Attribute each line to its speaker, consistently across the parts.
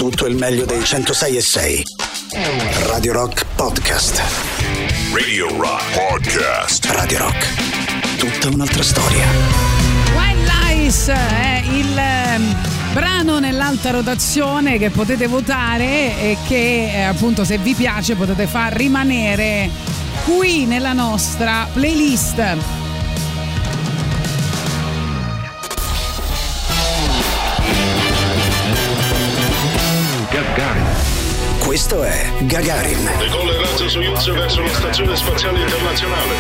Speaker 1: tutto il meglio dei 106.6. Radio Rock Podcast.
Speaker 2: Radio Rock Podcast.
Speaker 1: Radio Rock. Tutta un'altra storia.
Speaker 3: Wild Lies è il brano nell'alta rotazione che potete votare e che appunto, se vi piace, potete far rimanere qui nella nostra playlist.
Speaker 1: Questo è Gagarin.
Speaker 4: Decolla il razzo Soyuz verso la stazione spaziale internazionale.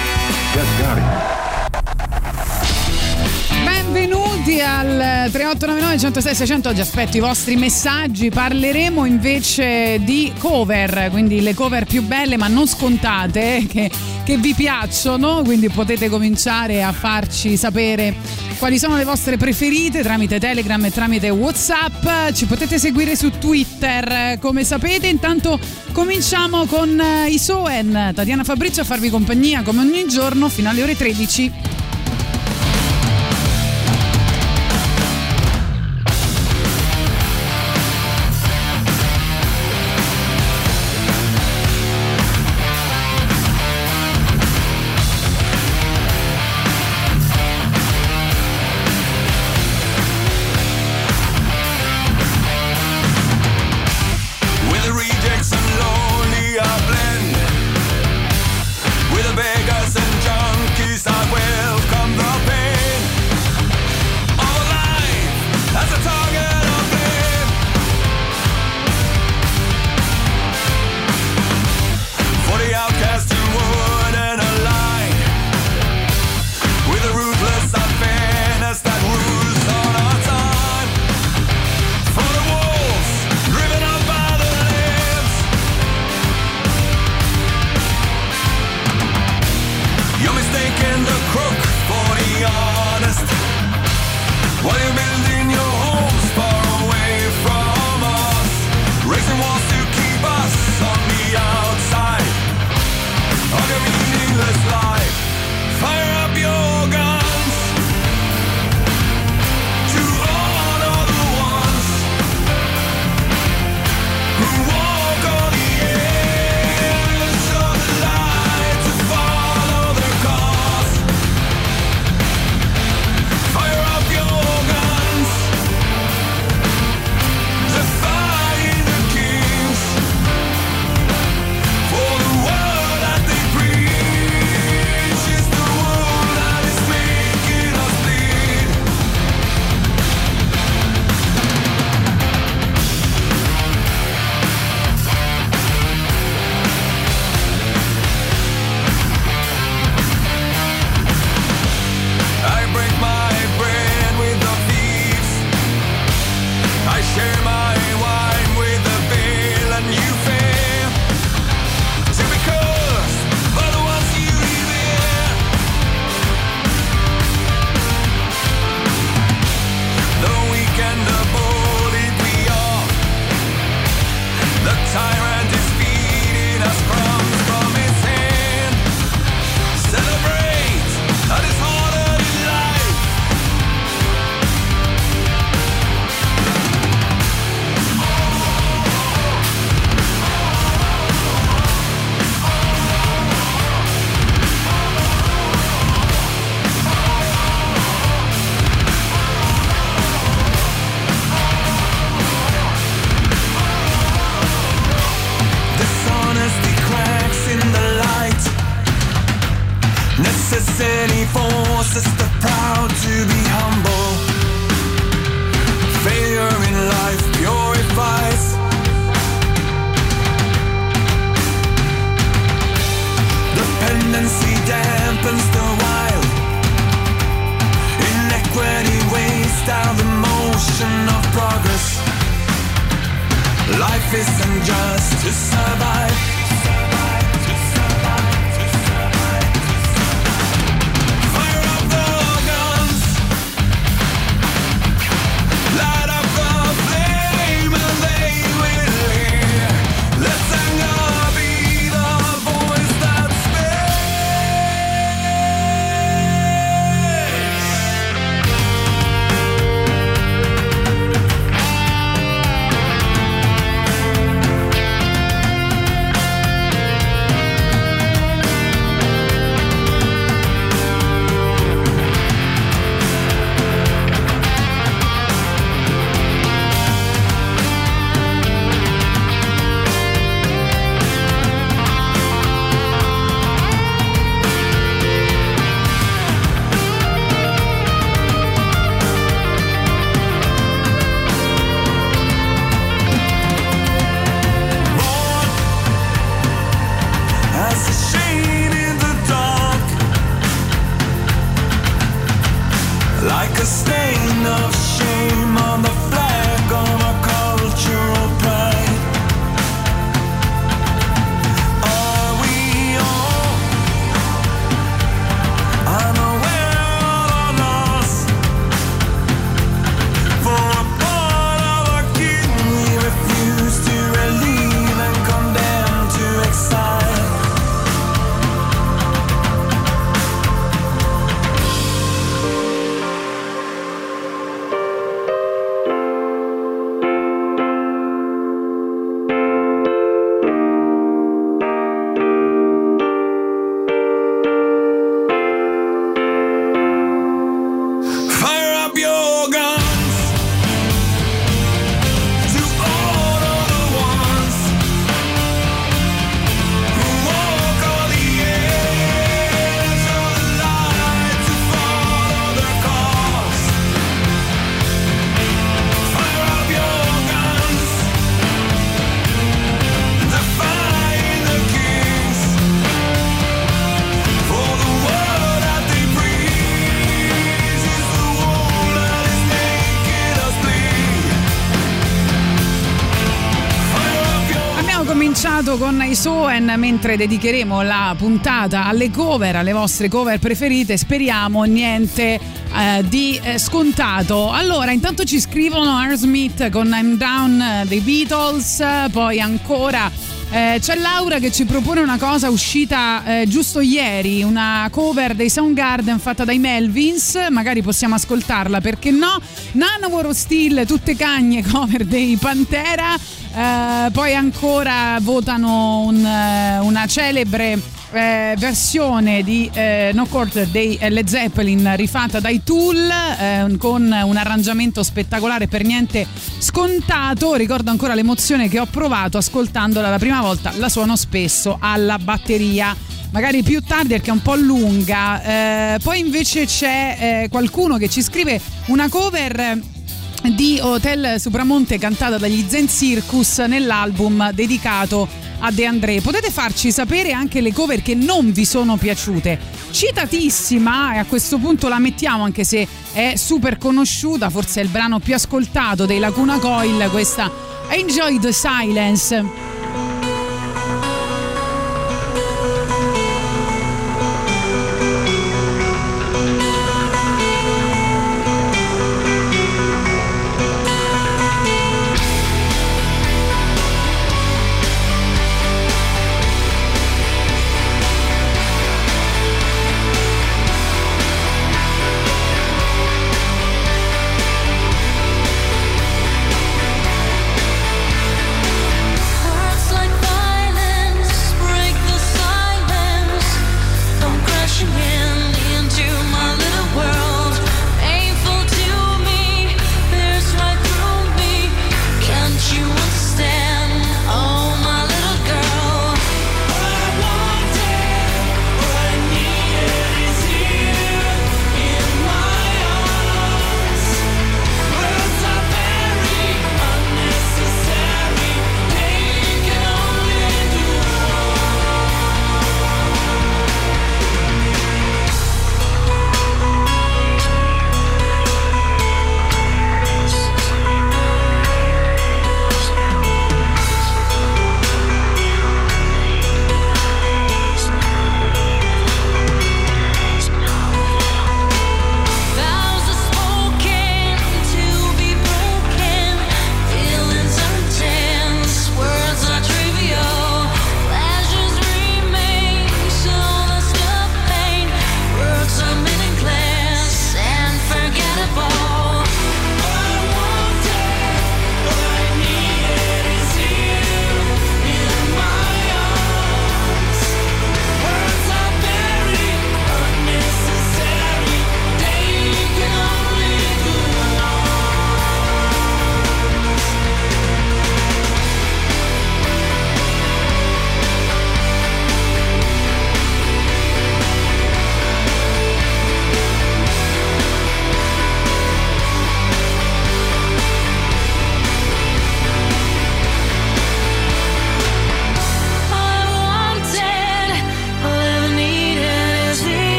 Speaker 3: Benvenuti al 3899 106 600. Oggi aspetto i vostri messaggi. Parleremo invece di cover, quindi le cover più belle ma non scontate che vi piacciono, quindi potete cominciare a farci sapere quali sono le vostre preferite tramite Telegram e tramite WhatsApp. Ci potete seguire su Twitter, come sapete. Intanto cominciamo con i Soen, Tatiana Fabrizio a farvi compagnia come ogni giorno fino alle ore 13.
Speaker 5: Necessity forces the proud to be humble. Failure in life purifies. Dependency dampens the wild. Inequity weighs down the motion of progress. Life isn't just to survive.
Speaker 3: cominciato con i Soen, mentre dedicheremo la puntata alle cover, alle vostre cover preferite. Speriamo niente di scontato. Allora, intanto ci scrivono Aerosmith con I'm Down dei Beatles, poi ancora c'è Laura che ci propone una cosa uscita giusto ieri, una cover dei Soundgarden fatta dai Melvins, magari possiamo ascoltarla, perché no? Nanowar of Steel, tutte cagne, cover dei Pantera. Poi ancora votano una celebre versione di No Quarter dei Led Zeppelin rifatta dai Tool, con un arrangiamento spettacolare, per niente scontato. Ricordo ancora l'emozione che ho provato ascoltandola la prima volta, la suono spesso alla batteria, magari più tardi perché è un po' lunga. Poi invece c'è qualcuno che ci scrive una cover di Hotel Supramonte cantata dagli Zen Circus nell'album dedicato a De André. Potete farci sapere anche le cover che non vi sono piaciute, citatissima, e a questo punto la mettiamo anche se è super conosciuta, forse è il brano più ascoltato dei Lacuna Coil, questa Enjoy the Silence.
Speaker 6: I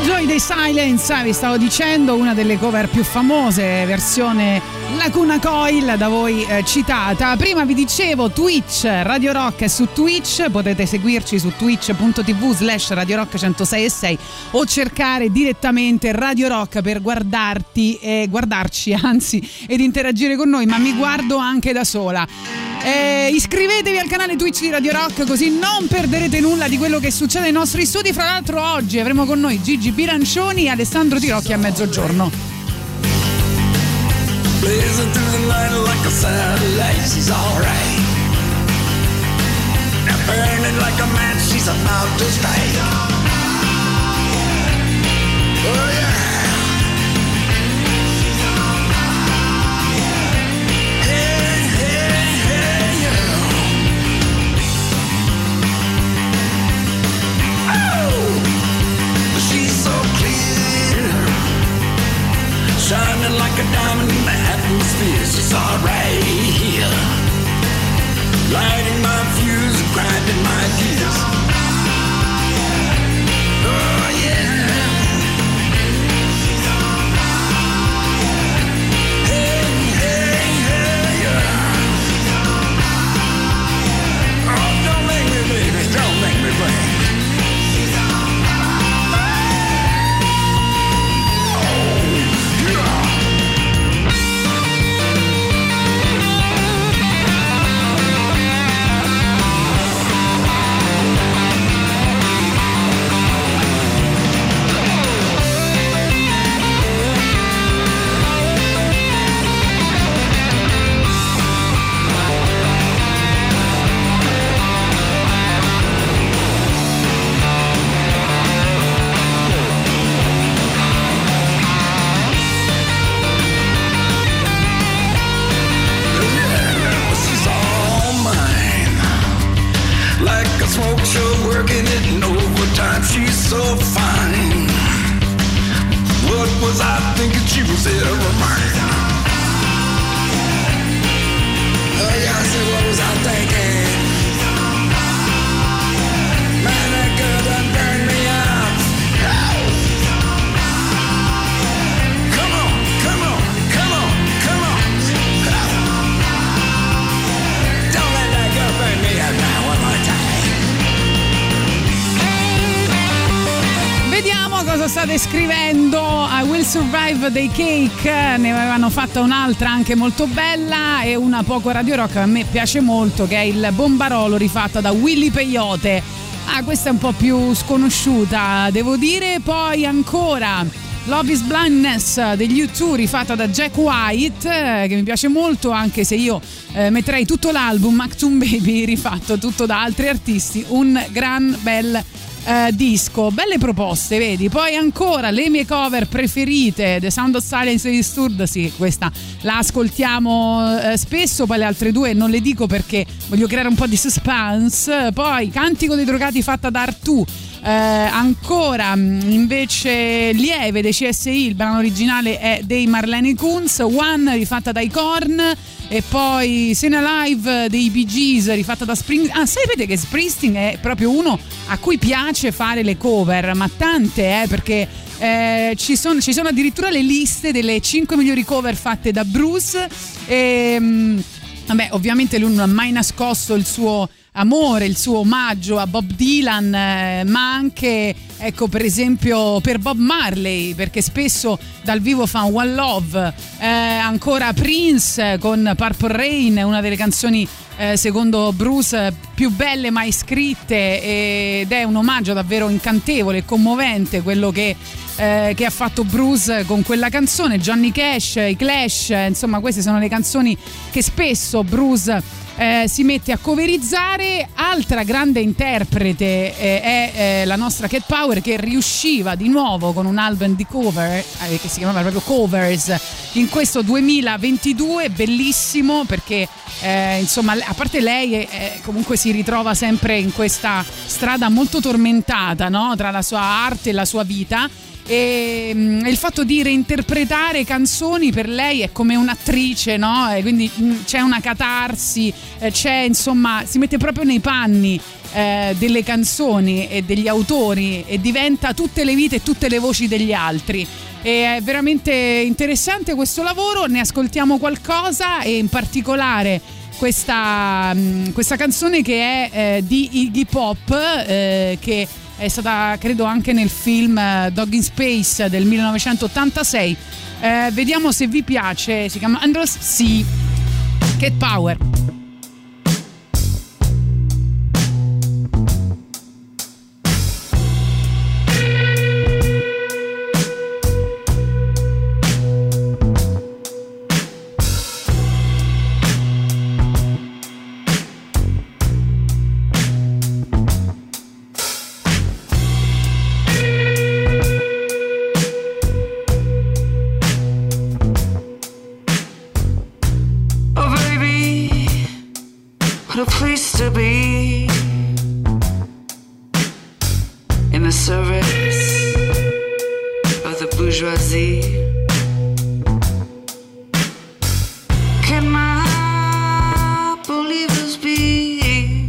Speaker 3: Joy dei Silence, vi stavo dicendo, una delle cover più famose, versione Lacuna Coil da voi citata. Prima vi dicevo Twitch, Radio Rock è su Twitch, potete seguirci su twitch.tv/Radio Rock 106.6 o cercare direttamente Radio Rock per guardarci ed interagire con noi, ma mi guardo anche da sola. Iscrivetevi al canale Twitch di Radio Rock, così non perderete nulla di quello che succede nei nostri studi. Fra l'altro oggi avremo con noi Gigi Bilancioni e Alessandro Tirocchi a mezzogiorno.
Speaker 5: Blazing through the night like a satellite, she's alright. Now burning like a match, she's about to strike. Oh yeah. Hey, hey, hey, yeah. Oh, she's so clear, shining like a diamond in the atmosphere. She's alright here, lighting my fuse, grinding my gears. Oh yeah. Hey, hey, hey, yeah. Oh, don't make me, baby, don't make me break. Smoke show, working it in overtime. She's so fine. What was I thinking? She was ever mine. Oh yeah, I said, what was I thinking? Man, that girl done burned me out. Oh. Come on, come on, come on, come on. Oh. Don't let that girl burn me out now, one more time.
Speaker 3: Vediamo cosa state scrivendo. I Will Survive dei Cake, ne avevano fatta un'altra anche molto bella e una poco Radio Rock, a me piace molto, che è il Bombarolo rifatta da Willy Peyote. Questa è un po' più sconosciuta, devo dire. Poi ancora Love is Blindness degli U2 rifatta da Jack White, che mi piace molto, anche se io metterei tutto l'album Mactoon Baby rifatto tutto da altri artisti, un gran bel disco. Belle proposte, vedi. Poi ancora le mie cover preferite, The Sound of Silence e Disturbed, sì, questa la ascoltiamo spesso, poi le altre due non le dico perché voglio creare un po' di suspense. Poi Cantico dei Drogati fatta da Artù. Ancora invece Lieve dei CSI, il brano originale è dei Marlene Kunz. One rifatta dai Korn. E poi Seen Alive dei Bee Gees rifatta da Springsteen. Sapete che Springsteen è proprio uno a cui piace fare le cover, ma tante, perché ci sono addirittura le liste delle 5 migliori cover fatte da Bruce. Vabbè, ovviamente lui non ha mai nascosto il suo amore, il suo omaggio a Bob Dylan, ma anche, ecco, per esempio per Bob Marley, perché spesso dal vivo fa One Love. Ancora Prince con Purple Rain, una delle canzoni secondo Bruce più belle mai scritte, ed è un omaggio davvero incantevole e commovente quello che ha fatto Bruce con quella canzone. Johnny Cash, i Clash, insomma queste sono le canzoni che spesso Bruce si mette a coverizzare. Altra grande interprete è la nostra Cat Power, che riusciva di nuovo con un album di cover che si chiamava proprio Covers in questo 2022, bellissimo, perché insomma, a parte lei comunque si ritrova sempre in questa strada molto tormentata, no? Tra la sua arte e la sua vita. E il fatto di reinterpretare canzoni per lei è come un'attrice, no? E quindi c'è una catarsi, c'è, insomma, si mette proprio nei panni delle canzoni e degli autori e diventa tutte le vite e tutte le voci degli altri. E è veramente interessante questo lavoro, ne ascoltiamo qualcosa e in particolare questa canzone che è di Iggy Pop, che è stata credo anche nel film Dog in Space del 1986. Vediamo se vi piace, si chiama Andros Sea, Cat Power.
Speaker 6: A place to be in the service of the bourgeoisie. Can my believers be?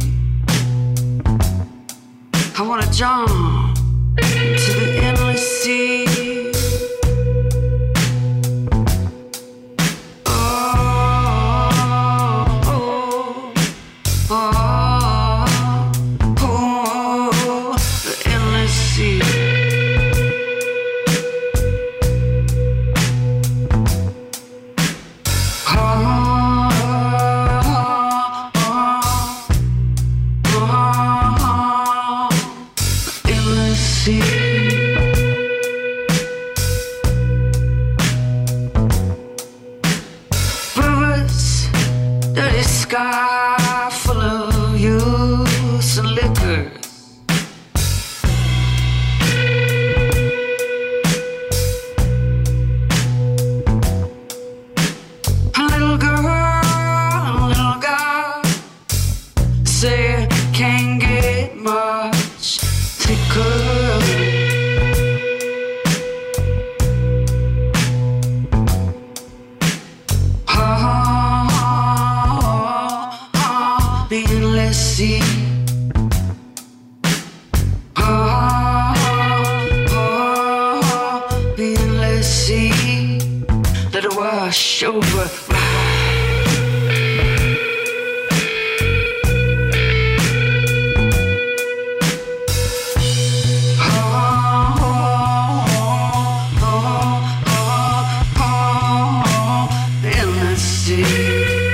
Speaker 6: I wanna jump into the endless sea. Sky full of youths and liquors. A little girl and a little guy say it can't get much thicker. Sea. The endless sea. Let it wash over. The endless sea.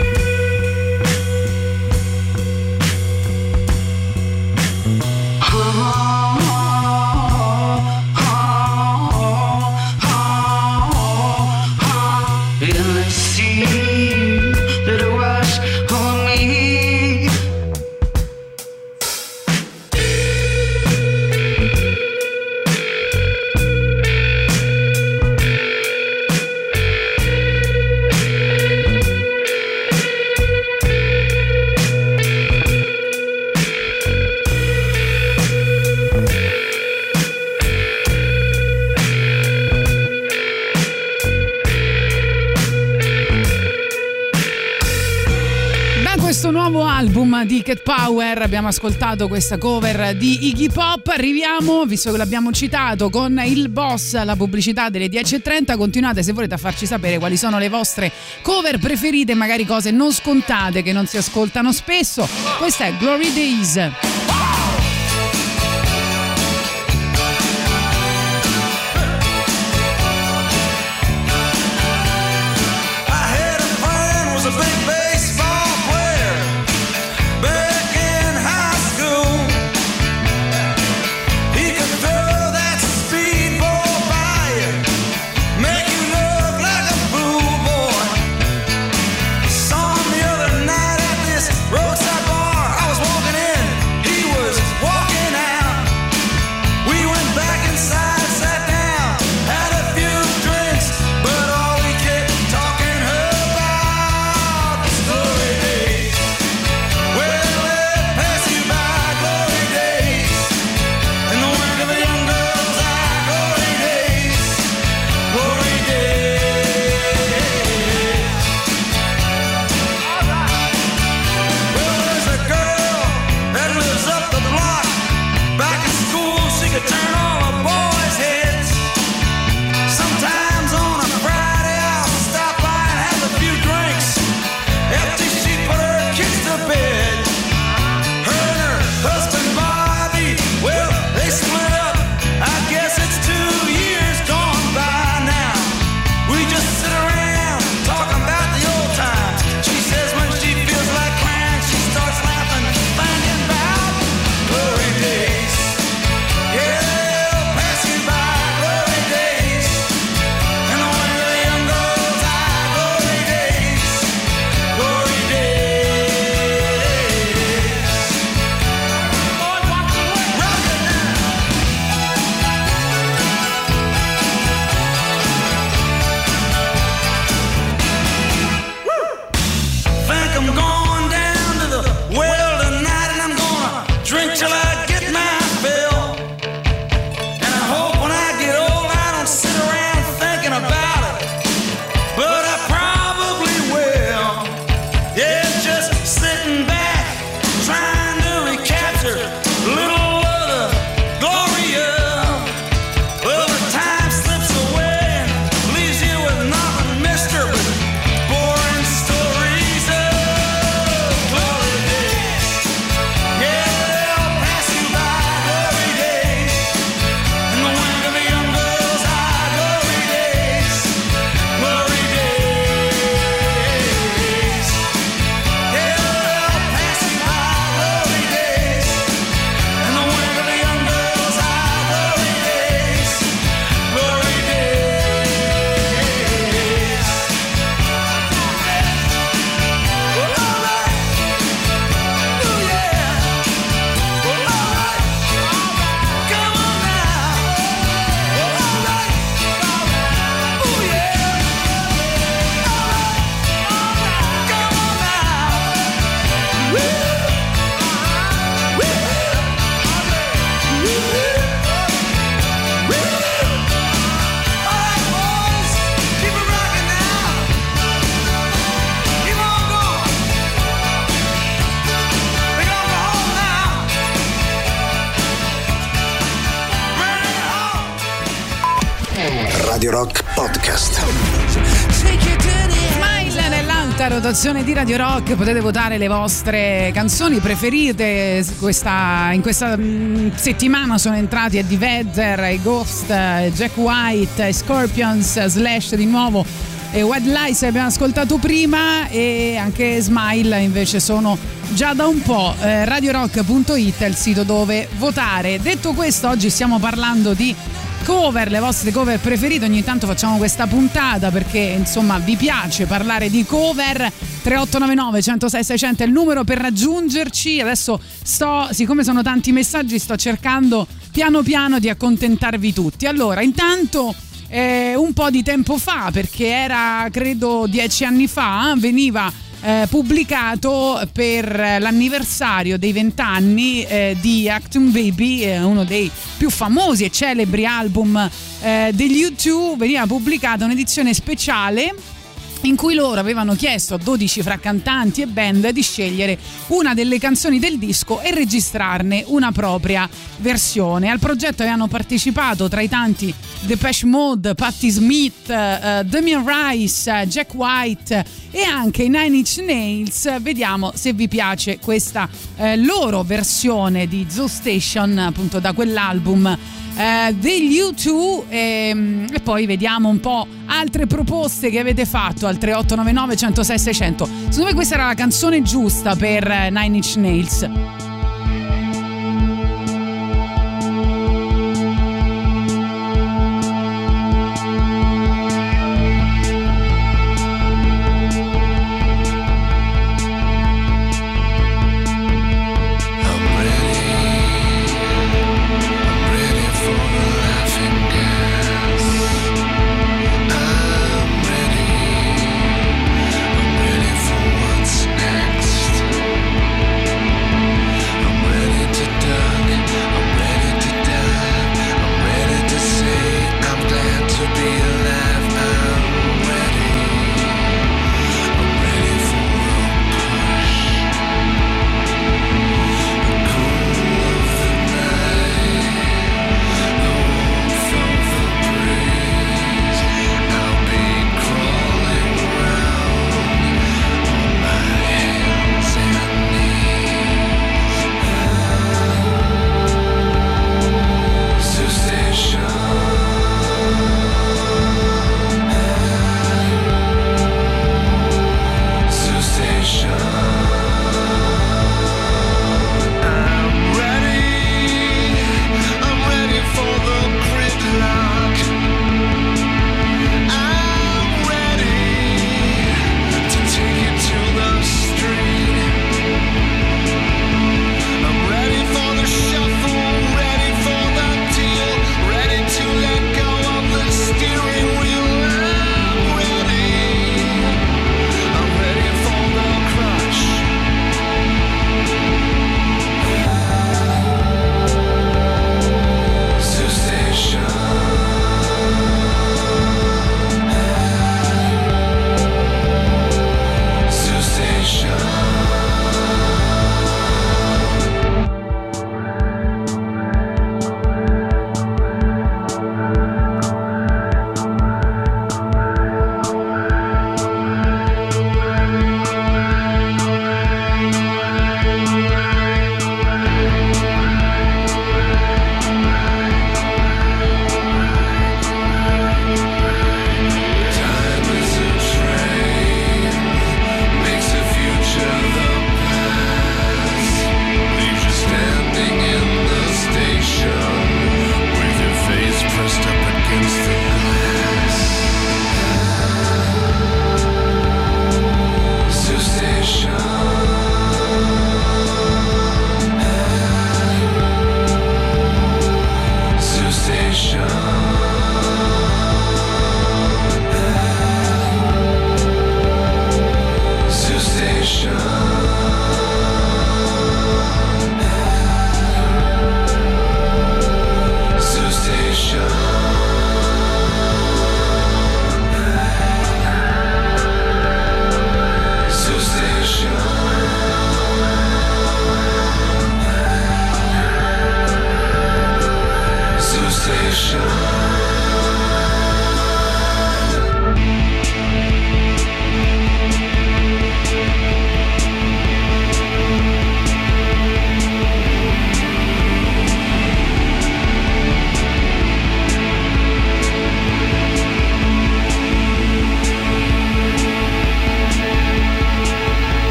Speaker 6: Album di Cat Power, abbiamo ascoltato questa cover di Iggy Pop. Arriviamo, visto che l'abbiamo citato, con il boss, la pubblicità delle 10:30. Continuate se volete a farci sapere quali sono le vostre cover preferite, magari cose non scontate che non si ascoltano spesso. Questa è Glory Days.
Speaker 7: Roadside bar, I was walking in. He
Speaker 1: Radio Rock Podcast.
Speaker 3: Smile nell'alta rotazione di Radio Rock, potete votare le vostre canzoni preferite. In questa settimana sono entrati Eddie Vedder, i Ghost, Jack White, Scorpions, Slash di nuovo e White Lies abbiamo ascoltato prima, e anche Smile invece sono già da un po'. RadioRock.it è il sito dove votare. Detto questo, oggi stiamo parlando di cover, le vostre cover preferite. Ogni tanto facciamo questa puntata perché insomma vi piace parlare di cover. 3899 106 600 è il numero per raggiungerci. Adesso siccome sono tanti messaggi, sto cercando piano piano di accontentarvi tutti. Allora, intanto un po' di tempo fa, perché era credo 10 anni fa, veniva pubblicato per l'anniversario dei 20 anni di Achtung Baby, uno dei più famosi e celebri album degli U2. Veniva pubblicata un'edizione speciale in cui loro avevano chiesto a 12 fra cantanti e band di scegliere una delle canzoni del disco e registrarne una propria versione. Al progetto avevano partecipato tra i tanti Depeche Mode, Patti Smith, Damien Rice, Jack White e anche i Nine Inch Nails. Vediamo se vi piace questa loro versione di Zoo Station, appunto da quell'album degli U2, e poi vediamo un po' altre proposte che avete fatto al 3899 106 600. Secondo me questa era la canzone giusta per Nine Inch Nails.
Speaker 5: I'm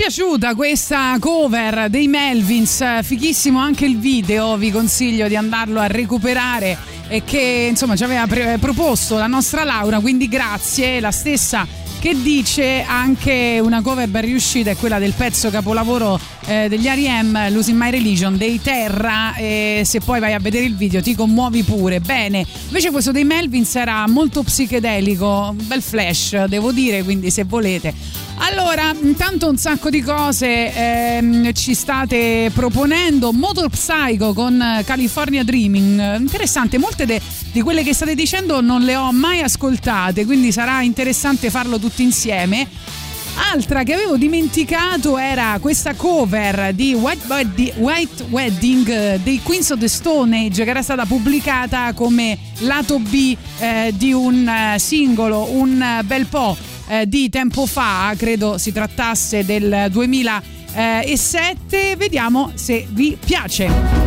Speaker 3: piaciuta questa cover dei Melvins, fighissimo anche il video, vi consiglio di andarlo a recuperare, e che insomma ci aveva proposto la nostra Laura, quindi grazie. La stessa che dice anche una cover ben riuscita è quella del pezzo capolavoro degli R.E.M., Losing My Religion, dei Terra, e se poi vai a vedere il video ti commuovi pure. Bene, invece questo dei Melvins era molto psichedelico, un bel flash devo dire, quindi se volete. Allora, intanto un sacco di cose ci state proponendo. Motor Psycho con California Dreaming, interessante, molte di quelle che state dicendo non le ho mai ascoltate, quindi sarà interessante farlo tutti insieme. Altra che avevo dimenticato era questa cover di White Wedding dei Queens of the Stone Age, che era stata pubblicata come lato B di un singolo un bel po' di tempo fa, credo si trattasse del 2007. Vediamo se vi piace.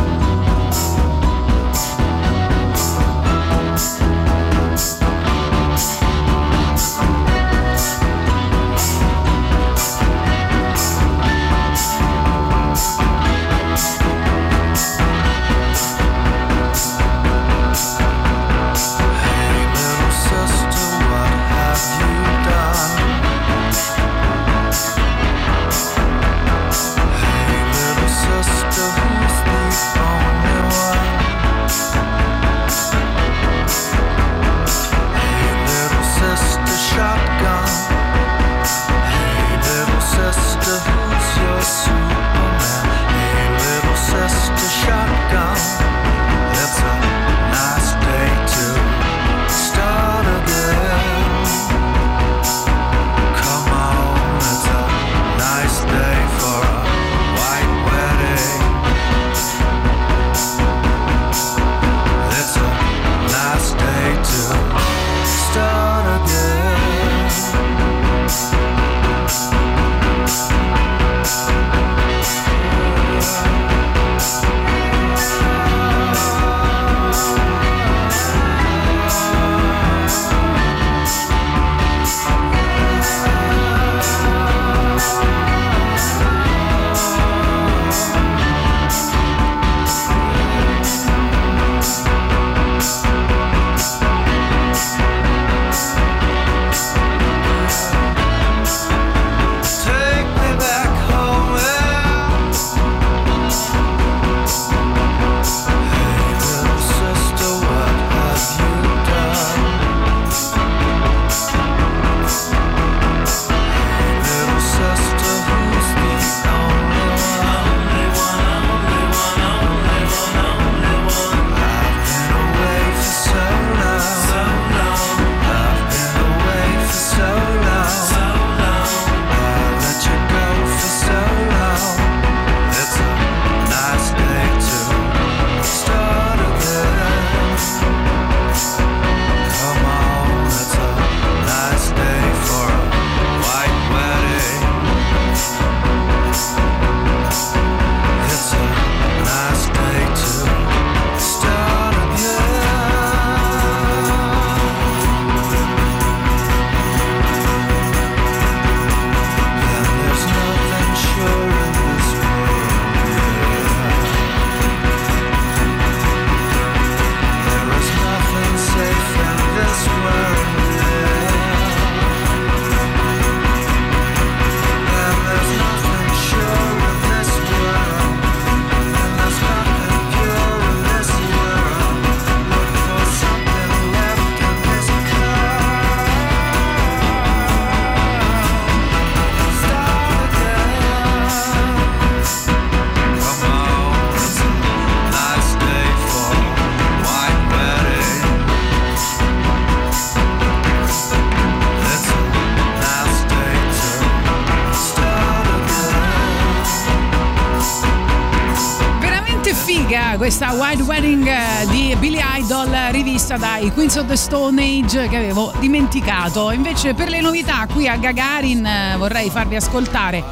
Speaker 3: Questa White Wedding di Billy Idol, rivista dai Queens of the Stone Age, che avevo dimenticato. Invece per le novità qui a Gagarin vorrei farvi ascoltare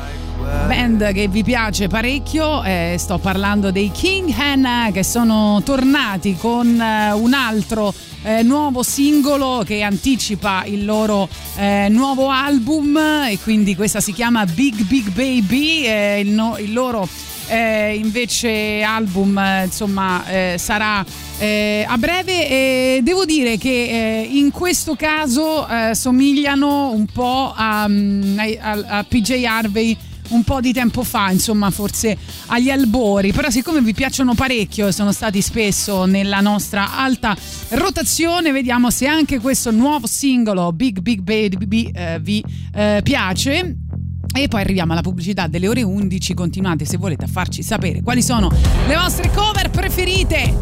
Speaker 3: band che vi piace parecchio, sto parlando dei King Hen, che sono tornati con un altro nuovo singolo che anticipa il loro nuovo album, e quindi questa si chiama Big Big Baby, il loro invece album insomma sarà a breve, e devo dire che in questo caso somigliano un po' a PJ Harvey un po' di tempo fa, insomma forse agli albori, però siccome vi piacciono parecchio e sono stati spesso nella nostra alta rotazione, vediamo se anche questo nuovo singolo Big Big Baby vi piace. E poi arriviamo alla pubblicità delle ore 11. Continuate se volete a farci sapere quali sono le vostre cover preferite.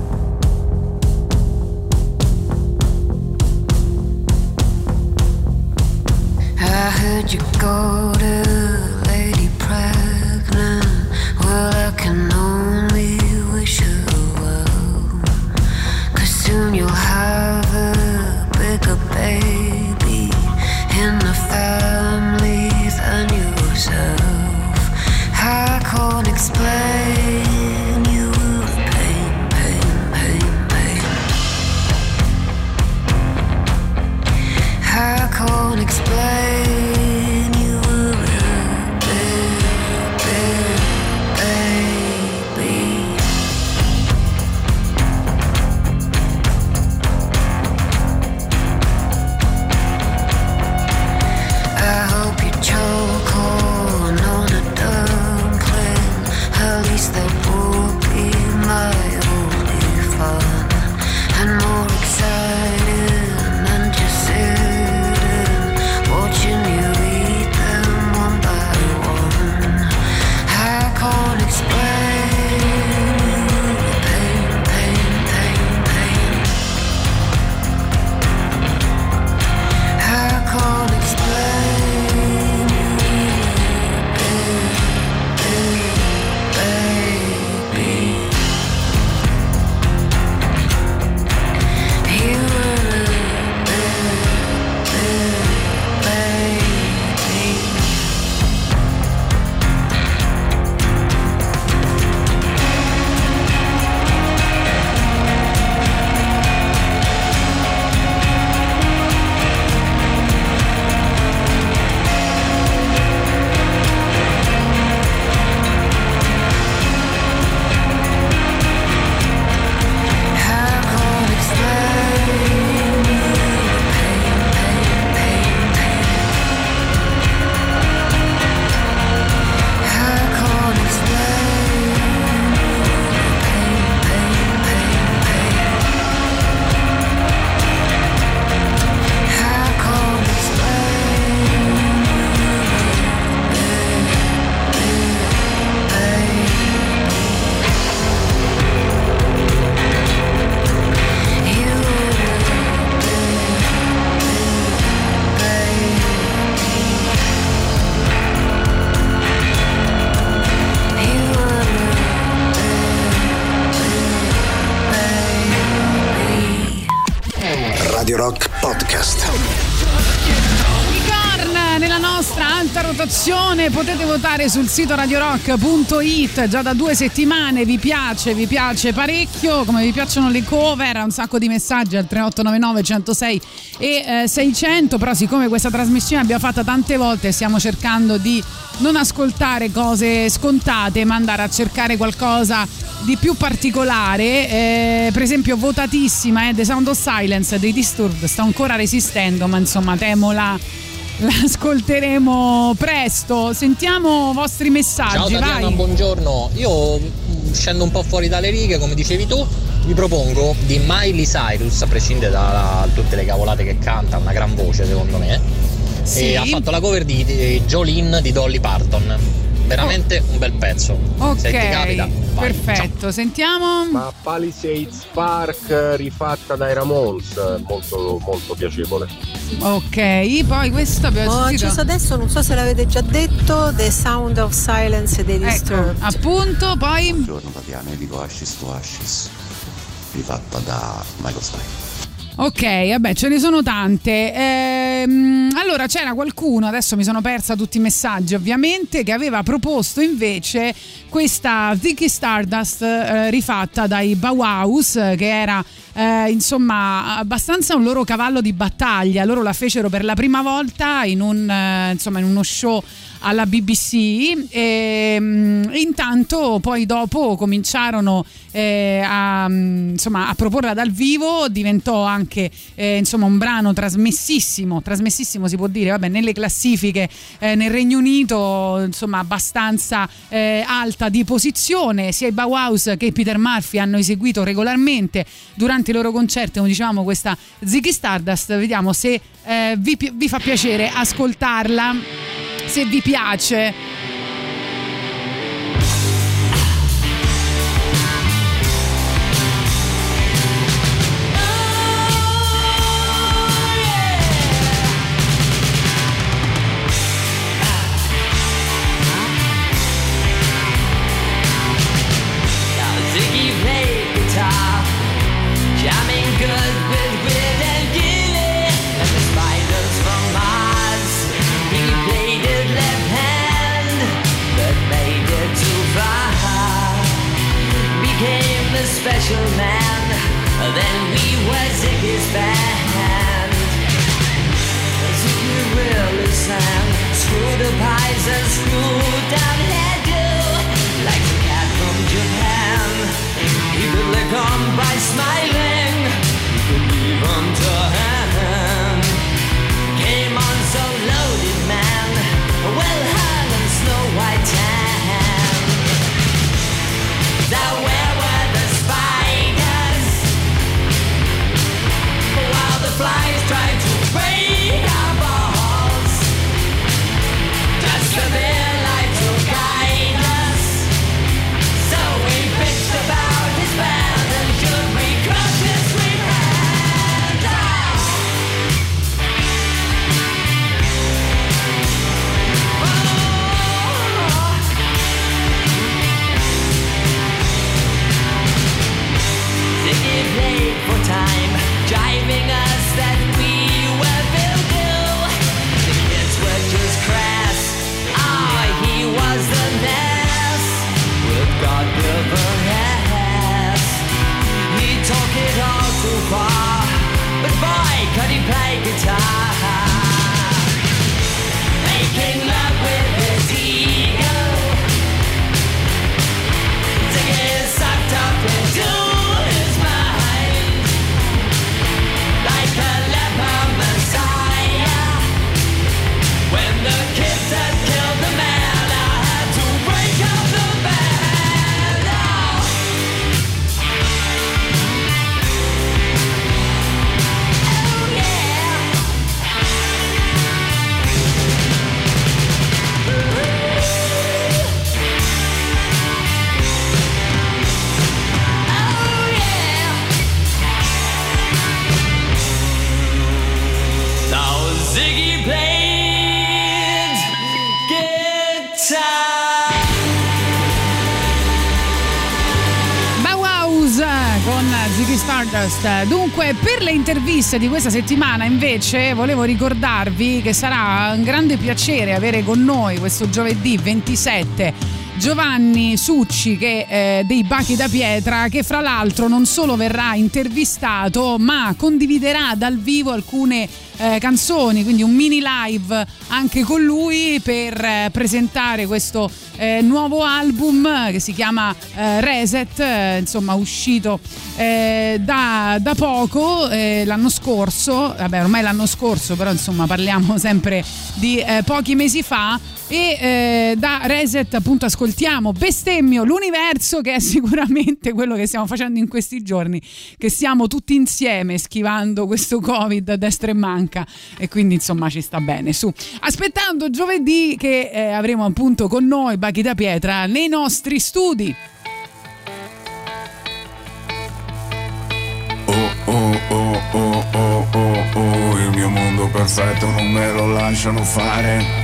Speaker 8: I heard you go to Lady Pregnant. Well, I can only wish you well, 'cause soon you'll have a bigger baby in the family than yourself. I can't explain you the pain, pain, pain, pain. I can't explain you the baby. I hope you choke on a dumpling. At least that would be my only fun, and more exciting than just sitting watching you eat them one by one. I can't explain the pain, pain, pain, pain. I can't explain.
Speaker 1: Radio Rock Podcast.
Speaker 3: Nella nostra alta rotazione potete votare sul sito radiorock.it già da 2 settimane. Vi piace parecchio, come vi piacciono le cover, un sacco di messaggi al 3899 106 e 600, però siccome questa trasmissione l'abbiamo fatta tante volte stiamo cercando di non ascoltare cose scontate ma andare a cercare qualcosa di più particolare. Per esempio votatissima The Sound of Silence dei Disturbed, sto ancora resistendo ma insomma temo l'ascolteremo presto. Sentiamo vostri messaggi.
Speaker 9: Ciao Tatiana,
Speaker 3: vai.
Speaker 9: Buongiorno. Io scendo un po' fuori dalle righe, come dicevi tu. Vi propongo di Miley Cyrus, a prescindere da tutte le cavolate che canta, una gran voce secondo me.
Speaker 3: Sì.
Speaker 9: E ha fatto la cover di Jolene di Dolly Parton. Veramente un bel pezzo.
Speaker 3: Ok,
Speaker 9: se ti capita, vai.
Speaker 3: perfetto.
Speaker 9: Ciao.
Speaker 3: Sentiamo.
Speaker 10: Ma Palisades Park rifatta dai Ramones, molto molto piacevole.
Speaker 3: Ok, poi questo abbiamo
Speaker 11: Ho acceso adesso, non so se l'avete già detto, The Sound of Silence dei Disturbed.
Speaker 3: Ecco, appunto, poi.
Speaker 12: Buongiorno Tatiana, io dico Ashes to Ashes, rifatta da Michael Stipe.
Speaker 3: Ok, vabbè, ce ne sono tante. Allora c'era qualcuno, adesso mi sono persa tutti i messaggi ovviamente, che aveva proposto invece questa Ziggy Stardust rifatta dai Bauhaus, che era insomma abbastanza un loro cavallo di battaglia. Loro la fecero per la prima volta in uno show alla BBC e intanto poi dopo cominciarono a proporla dal vivo. Diventò anche un brano trasmessissimo si può dire, vabbè, nelle classifiche nel Regno Unito, insomma abbastanza alta di posizione. Sia i Bauhaus che Peter Murphy hanno eseguito regolarmente durante i loro concerti, come dicevamo, questa Ziggy Stardust. Vediamo se vi fa piacere ascoltarla, se vi piace.
Speaker 13: Special man, then we were Ziggy's band. Ziggy really sang, screwed up eyes and screwed down hairdo, like a cat from Japan. He could lick on by smiling, he could leave on to hand. Came on so loaded, man, well hung in snow white tan. Now where were the spiders while the flies tried to break our balls? Just for their light to guide us. So we bitched about his band, and should we crush his sweet hand? Ziggy played for time, jiving us that we were Bill. The kids were just crass, he was the mess with God-given ass. He took it all too far, but boy, could he play guitar. Making love with his ego, Ziggy sucked up into his mind like a leper messiah. When the kids had killed the man, I had to break up the band. Oh yeah. Oh yeah. So Ziggy played guitar.
Speaker 3: Bauhaus con Ziggy Stardust. Dunque, per le interviste di questa settimana invece volevo ricordarvi che sarà un grande piacere avere con noi questo giovedì 27 Giovanni Succi dei Bachi da Pietra, che fra l'altro non solo verrà intervistato ma condividerà dal vivo alcune canzoni, quindi un mini live anche con lui per presentare questo nuovo album che si chiama Reset, insomma uscito da poco, l'anno scorso, vabbè ormai l'anno scorso, però insomma parliamo sempre di pochi mesi fa. E da Reset appunto ascoltiamo Bestemmio l'universo, che è sicuramente quello che stiamo facendo in questi giorni, che siamo tutti insieme schivando questo Covid a destra e manca, e quindi insomma ci sta bene, su, aspettando giovedì che avremo appunto con noi Bachi da Pietra nei nostri studi.
Speaker 14: Il mio mondo perfetto non me lo lasciano fare.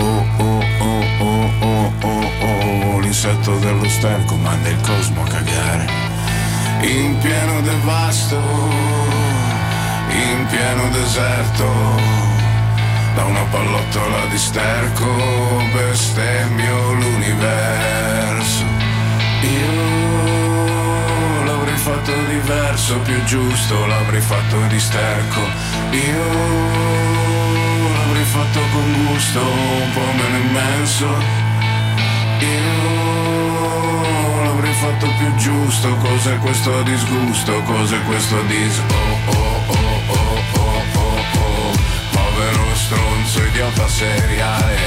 Speaker 14: L'insetto dello sterco manda il cosmo a cagare. In pieno devasto, in pieno deserto, da una pallottola di sterco bestemmio l'universo. Io l'avrei fatto diverso, più giusto, l'avrei fatto di sterco. Io l'avrei fatto con gusto, un po' meno immenso. Io l'avrei fatto più giusto, cos'è questo disgusto, cos'è questo povero stronzo, idiota seriale.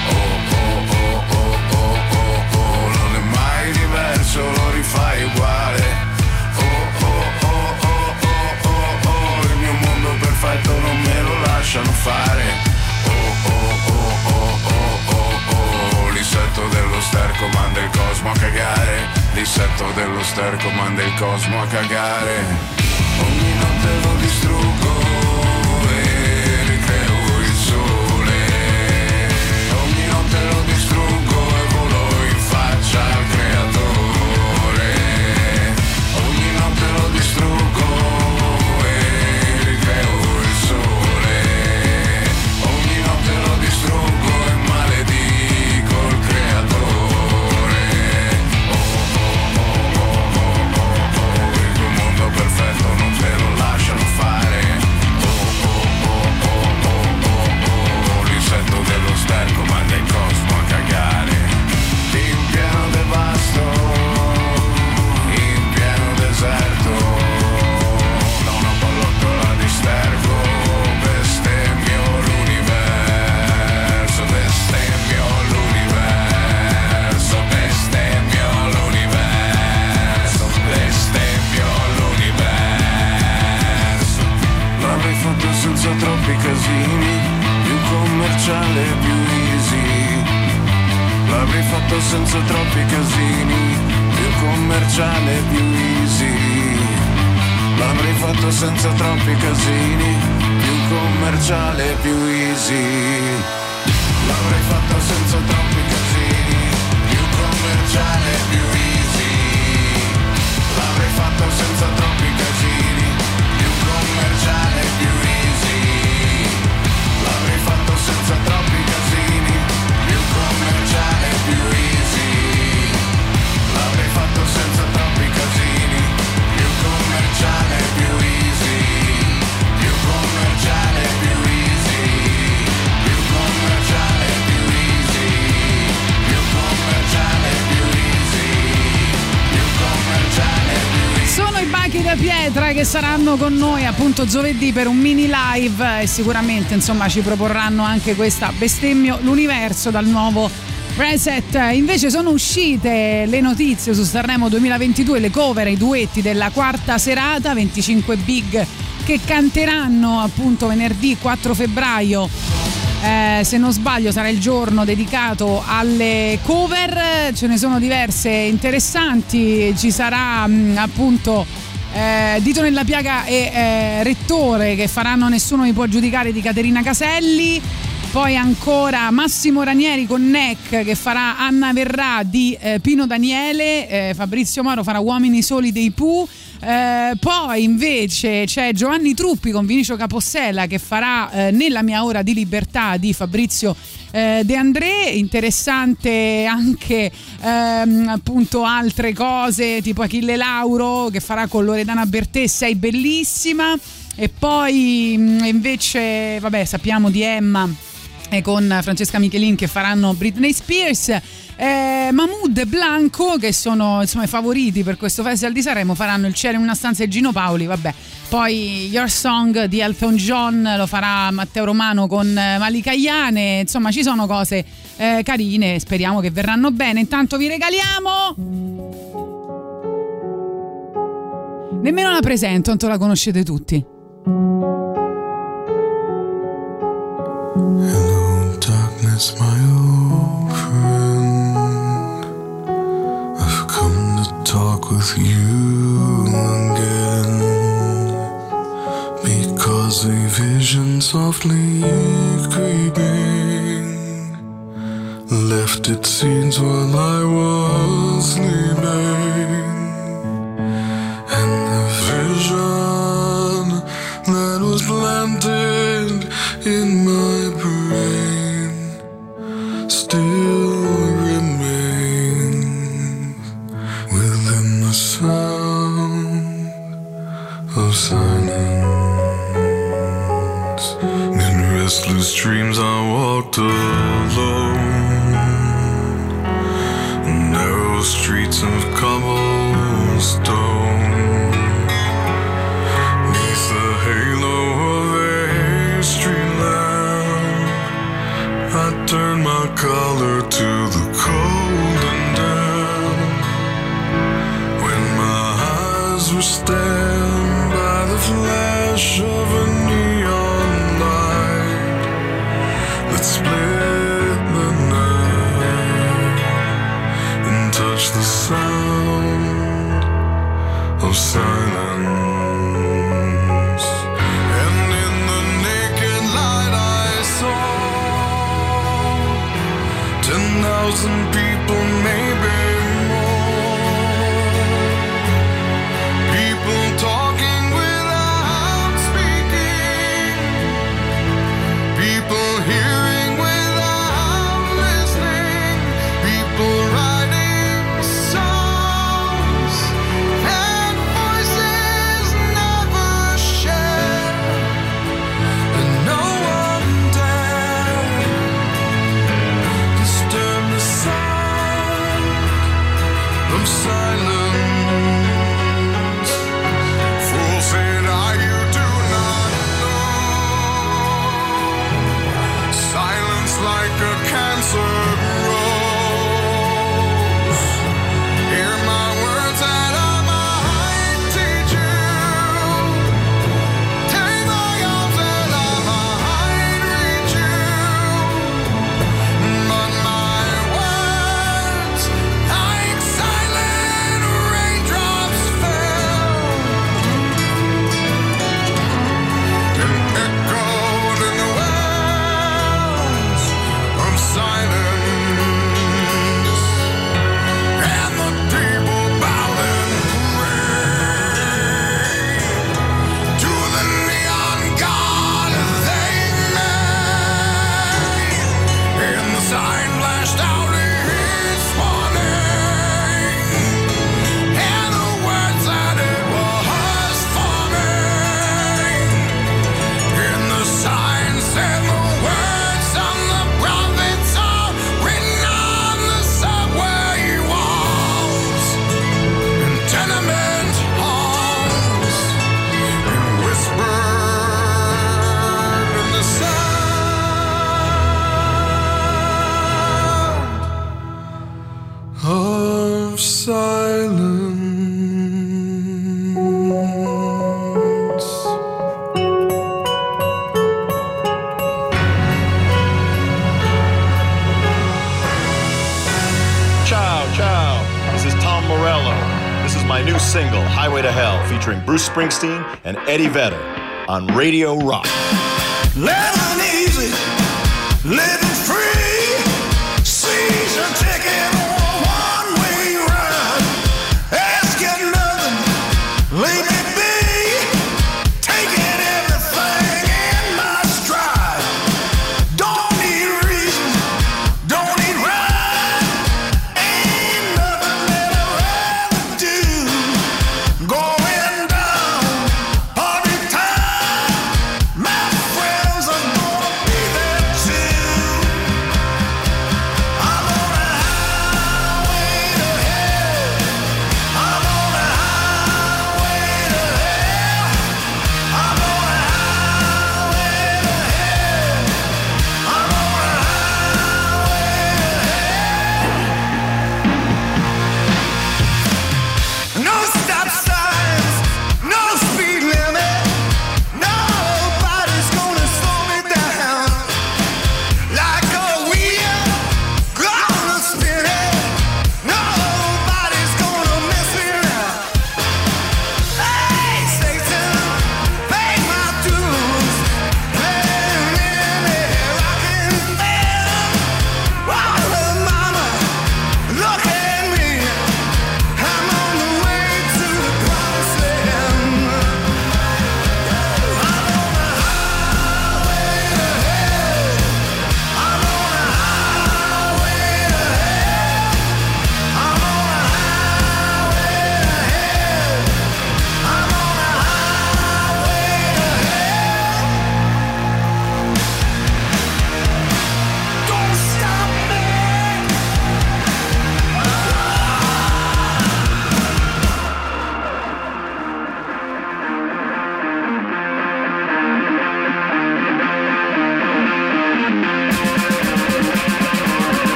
Speaker 14: Non è mai diverso, lo rifai uguale. Il mio mondo perfetto non me lo lasciano fare. L'issetto dello sterco manda il cosmo a cagare. L'issetto dello sterco manda il cosmo a cagare. Ogni notte lo distruggo e ricreo il sole. Ogni notte lo distruggo e volo in faccia al creatore. Ogni notte lo distruggo e ricreo il sole. Ogni notte lo distruggo e maledico il creatore. Il tuo mondo perfetto non te lo lasciano fare. L'insetto dello sterco manda il cosmo a cagare. In pieno devasto, in pieno deserto, da una pallottola di sterco bestemmio l'universo, bestemmio l'universo, bestemmio l'universo, bestemmio l'universo. L'avrei fatto senza troppi casini, più commerciale, più easy. L'avrei fatto senza troppi casini, più commerciale, più easy. L'avrei fatto senza troppi casini, più commerciale, più easy. L'avrei fatto senza troppi casini, più commerciale, più easy. L'avrei fatto senza troppi casini, più commerciale, più easy. L'avrei fatto senza troppi casini, più commerciale, più easy. L'avrei fatto senza troppi casini, più commerciale, più easy. Più commerciale, più easy. Più commerciale, più easy. Più commerciale, più easy. Più commerciale, più easy.
Speaker 3: Sono i Bachi da Pietra che saranno con noi appunto giovedì per un mini live e sicuramente insomma ci proporranno anche questa bestemmio l'universo dal nuovo Reset. Invece sono uscite le notizie su Sanremo 2022, le cover, i duetti della quarta serata, 25 big che canteranno appunto venerdì 4 febbraio. Se non sbaglio sarà il giorno dedicato alle cover, ce ne sono diverse interessanti, ci sarà appunto Dito nella piaga e Rettore che faranno Nessuno mi può giudicare di Caterina Caselli, poi ancora Massimo Ranieri con Neck che farà Anna Verrà di Pino Daniele, Fabrizio Moro farà Uomini soli dei Pooh. Poi invece c'è Giovanni Truppi con Vinicio Capossela che farà Nella mia ora di libertà di Fabrizio De André. Interessante anche appunto altre cose tipo Achille Lauro che farà con Loredana Bertè Sei bellissima, e poi invece vabbè sappiamo di Emma e con Francesca Michelin che faranno Britney Spears. Mahmood e Blanco che sono insomma i favoriti per questo Festival di Sanremo faranno Il cielo in una stanza e Gino Paoli, vabbè. Poi Your Song di Elton John lo farà Matteo Romano con Malika Iane, insomma ci sono cose carine, speriamo che verranno bene. Intanto vi regaliamo, nemmeno la presento, tanto la conoscete tutti.
Speaker 14: Hello darkness my old friend, I've come to talk with you again, because a vision softly creeping left its scenes while I was sleeping, and the vision that was planted in my brain walked alone, narrow streets of cobblestone, neath the halo of a street lamp. I turned my collar to the cold and damp. When my eyes were stabbed by the flash of a neon light that split the night and touched the sound of silence. And in the naked light I saw 10,000 people, maybe more. People talking without speaking. People hearing without listening. People writing songs that voices never share. And no one dared disturb the sound of silence. Fool, said I, you do not know. Silence like a cancer grows. Hear my words that I might teach you. Take my arms that I might reach you. But my words, like silent raindrops, fell and echoed in the wells of silence. And the people bowed and prayed to the neon god they made. And the sign flashed out its warning, and the words that it was forming. And the sign said the words on the prophets are written on the subway walls and tenement halls, and whispered in the sound of silence.
Speaker 15: Ciao, ciao. This is Tom Morello. This is my new single, Highway to Hell, featuring Bruce Springsteen and Eddie Vedder on Radio Rock.
Speaker 5: Living easy, living free. Season ticket on one-way ride. Asking nothing, leave me be. Taking everything in my stride. Don't need reason, don't need rhyme. Ain't nothing that I'd rather do. Going down party time. My friends are gonna be there too.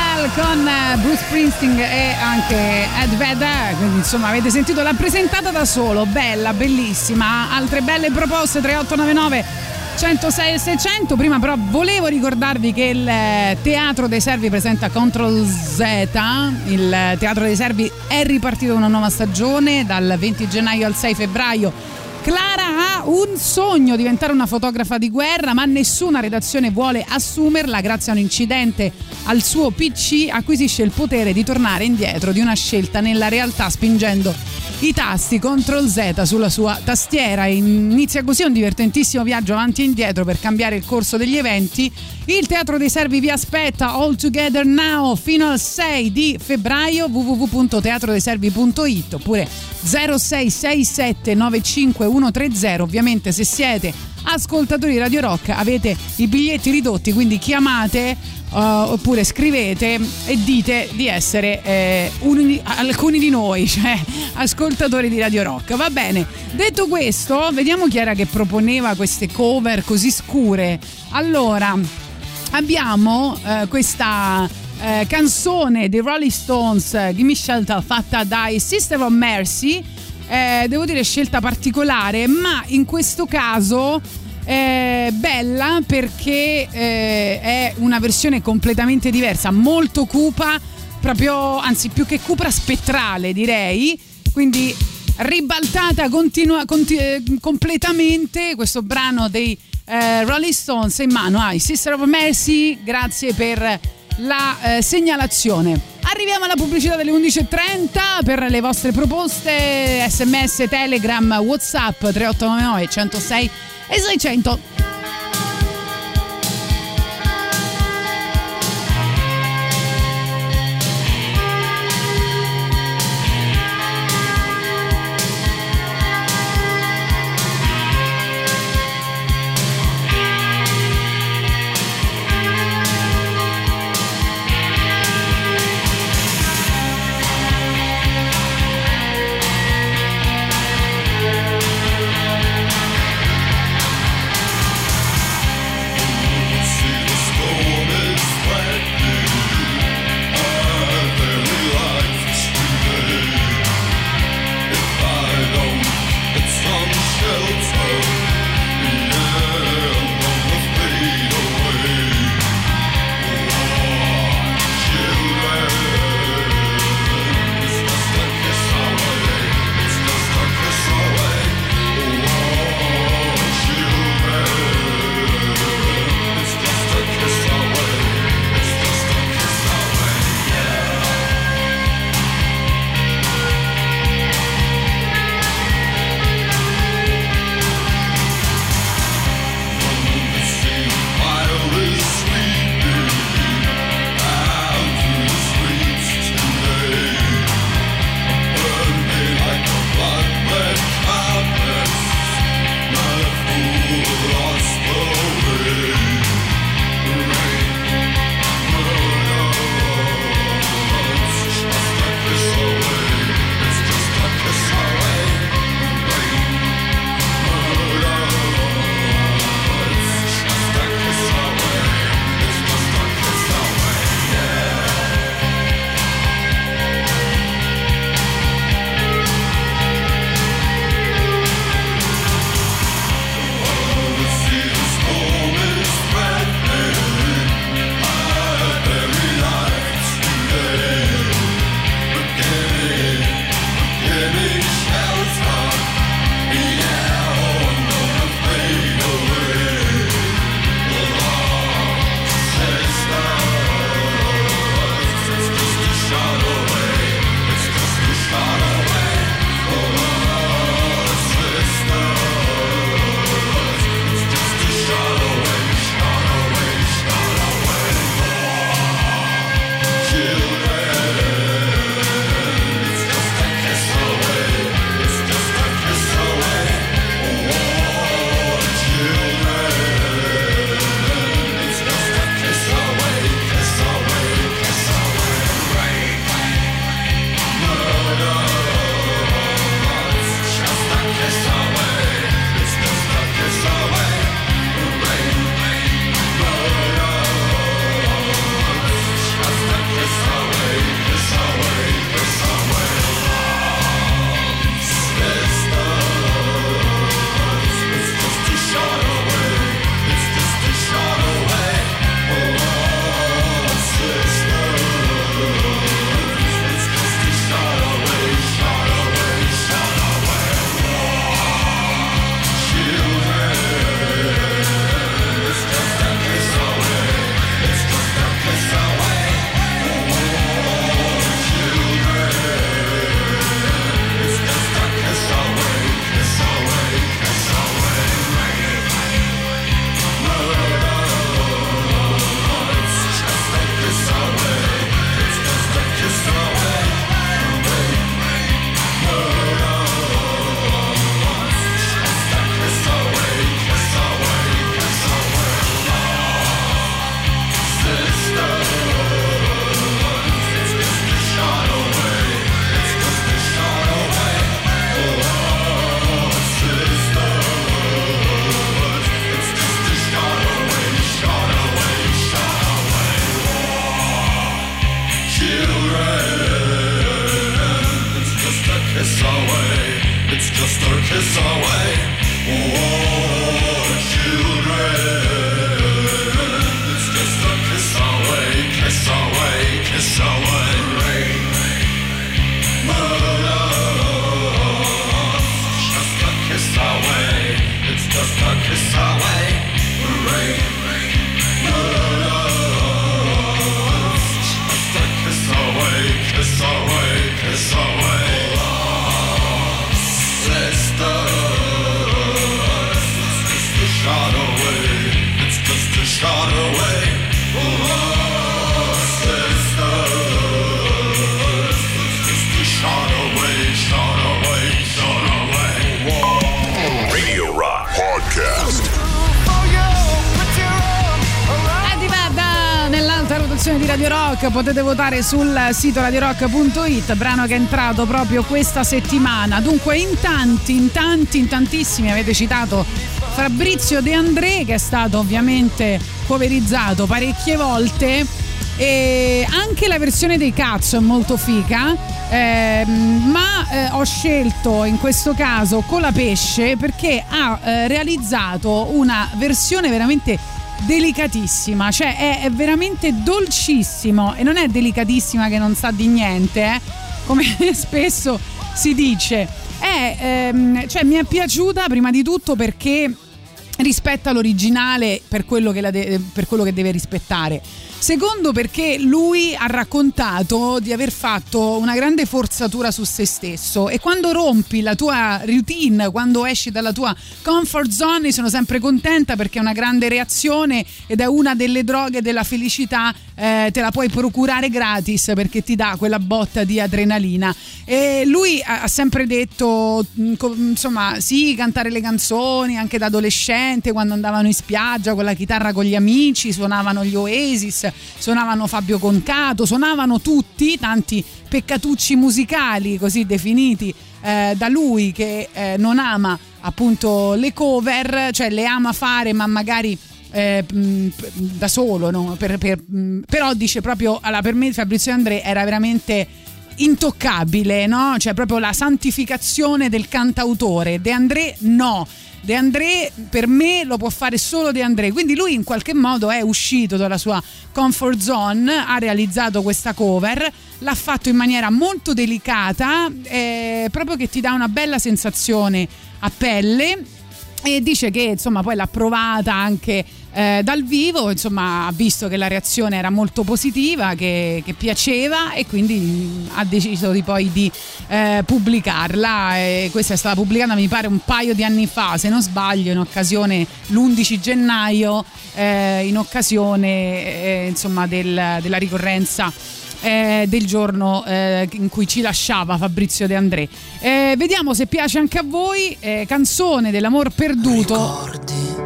Speaker 3: Hell con Bruce Springsteen e anche Ed Vedder, quindi insomma avete sentito, l'ha presentata da solo, bella, bellissima. Altre belle proposte 3899 106 e 600. Prima però volevo ricordarvi che il Teatro dei Servi presenta Control Z. Il Teatro dei Servi è ripartito una nuova stagione dal 20 gennaio al 6 febbraio. Clara ha un sogno, diventare una fotografa di guerra, ma nessuna redazione vuole assumerla. Grazie a un incidente al suo PC acquisisce il potere di tornare indietro di una scelta nella realtà spingendo i tasti Ctrl Z sulla sua tastiera. Inizia così un divertentissimo viaggio avanti e indietro per cambiare il corso degli eventi. Il Teatro dei Servi vi aspetta all together now fino al 6 di febbraio. www.teatrodeiservi.it oppure 0667 95130. Ovviamente se siete ascoltatori di Radio Rock avete i biglietti ridotti, quindi chiamate oppure scrivete e dite di essere alcuni di noi, cioè ascoltatori di Radio Rock. Va bene, detto questo, vediamo chi era che proponeva queste cover così scure. Allora, abbiamo questa canzone dei Rolling Stones, Gimme Shelter, fatta dai Sister of Mercy. Devo dire scelta particolare, ma in questo caso bella perché è una versione completamente diversa, molto cupa, proprio, anzi più che cupa, spettrale direi, quindi ribaltata completamente. Questo brano dei Rolling Stones è in mano ai Sister of Mercy. Grazie per la segnalazione. Arriviamo alla pubblicità delle 11.30 per le vostre proposte, SMS, Telegram, WhatsApp 3899 106 e 600. Di Radio Rock, potete votare sul sito radiorock.it, brano che è entrato proprio questa settimana. Dunque in tantissimi avete citato Fabrizio De André, che è stato ovviamente coverizzato parecchie volte, e anche la versione dei Cazzo è molto figa, ma ho scelto in questo caso Colapesce perché ha realizzato una versione veramente delicatissima, cioè è veramente dolcissimo, e non è delicatissima che non sa di niente, come spesso si dice. Cioè mi è piaciuta prima di tutto perché rispetta l'originale per quello che deve rispettare. Secondo, perché lui ha raccontato di aver fatto una grande forzatura su se stesso, e quando rompi la tua routine, quando esci dalla tua comfort zone, sono sempre contenta perché è una grande reazione ed è una delle droghe della felicità, te la puoi procurare gratis perché ti dà quella botta di adrenalina. E lui ha sempre detto, insomma, sì, cantare le canzoni anche da adolescente, quando andavano in spiaggia con la chitarra con gli amici, suonavano gli Oasis, suonavano Fabio Concato, suonavano tutti, tanti peccatucci musicali così definiti da lui, che non ama appunto le cover, cioè le ama fare ma magari da solo, no? Però dice proprio, allora, per me Fabrizio De André era veramente intoccabile, no? Cioè proprio la santificazione del cantautore. De André no, De André per me lo può fare solo De André, quindi lui in qualche modo è uscito dalla sua comfort zone, ha realizzato questa cover, l'ha fatto in maniera molto delicata, proprio che ti dà una bella sensazione a pelle, e dice che insomma poi l'ha provata anche dal vivo, insomma ha visto che la reazione era molto positiva, che piaceva, e quindi ha deciso di pubblicarla, e questa è stata pubblicata mi pare un paio di anni fa, se non sbaglio, in occasione l'11 gennaio, in occasione insomma della ricorrenza del giorno in cui ci lasciava Fabrizio De André. Vediamo se piace anche a voi. Canzone dell'amor perduto.
Speaker 16: Ricordi,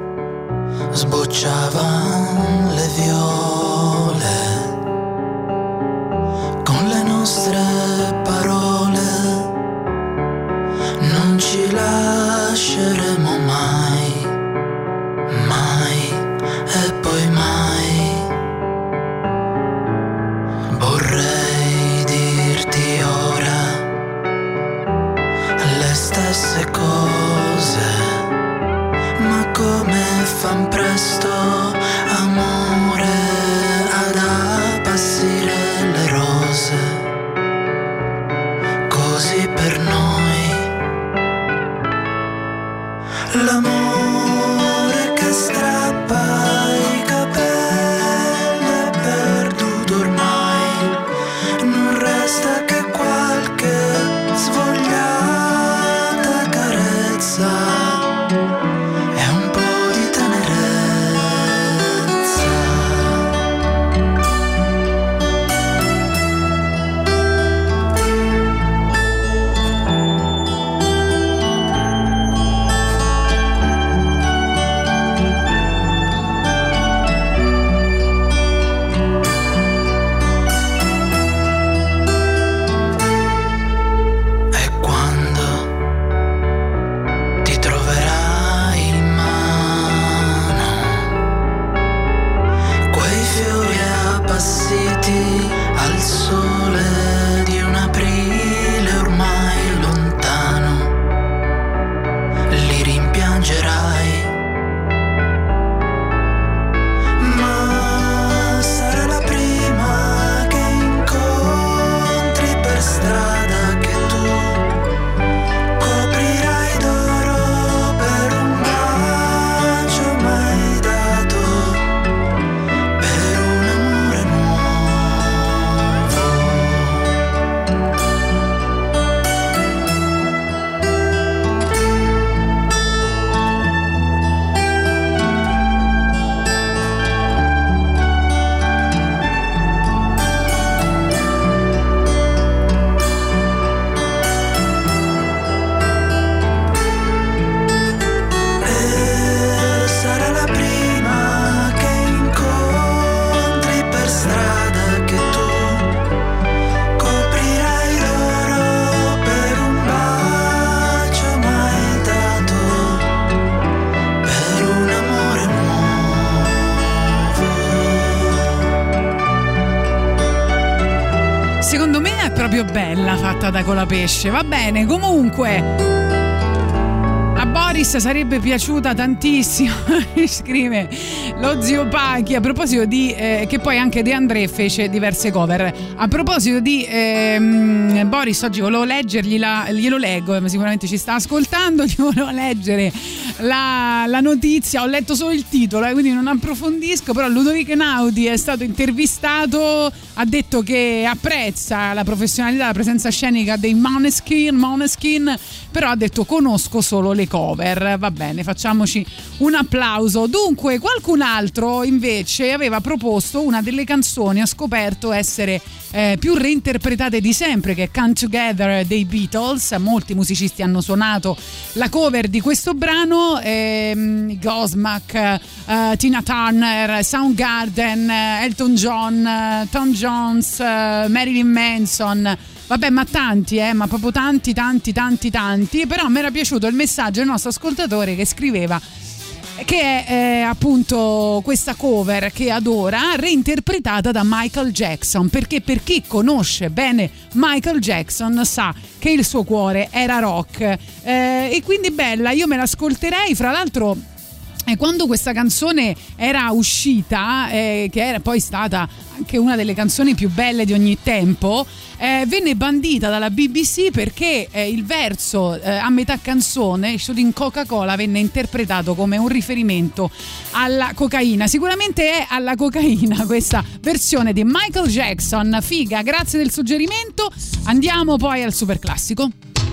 Speaker 16: sbocciavan le viole con le nostre parole, non ci lasceremo mai, mai e poi mai. Vorrei dirti ora le stesse cose, ma come fan presto, amore, ad appassire le rose, così per noi l'amore che strappa i capelli è perduto ormai, non resta che qualche svogliata carezza.
Speaker 3: Secondo me è proprio bella, fatta da Colapesce. Va bene, comunque a Boris sarebbe piaciuta tantissimo. Scrive lo zio Pachi a proposito di che poi anche De André fece diverse cover. A proposito di Boris, oggi volevo leggergliela, glielo leggo, ma sicuramente ci sta ascoltando. Gli volevo leggere la notizia, ho letto solo il titolo, quindi non approfondisco, però Ludovico Einaudi è stato intervistato, ha detto che apprezza la professionalità, la presenza scenica dei Måneskin, però ha detto conosco solo le cover. Va bene, facciamoci un applauso. Dunque, qualcun altro invece aveva proposto una delle canzoni, ha scoperto essere più reinterpretate di sempre, che è Come Together dei Beatles. Molti musicisti hanno suonato la cover di questo brano, Godsmack, Tina Turner, Soundgarden, Elton John, Tom Jones, Marilyn Manson. Vabbè, ma tanti, ma proprio tanti. Però mi era piaciuto il messaggio del nostro ascoltatore che scriveva che è appunto questa cover che adora, reinterpretata da Michael Jackson, perché per chi conosce bene Michael Jackson sa che il suo cuore era rock, e quindi bella, io me l'ascolterei. Fra l'altro quando questa canzone era uscita, che era poi stata anche una delle canzoni più belle di ogni tempo, venne bandita dalla BBC perché il verso a metà canzone, Shooting Coca-Cola, venne interpretato come un riferimento alla cocaina. Sicuramente è alla cocaina questa versione di Michael Jackson. Figa, grazie del suggerimento. Andiamo poi al super classico.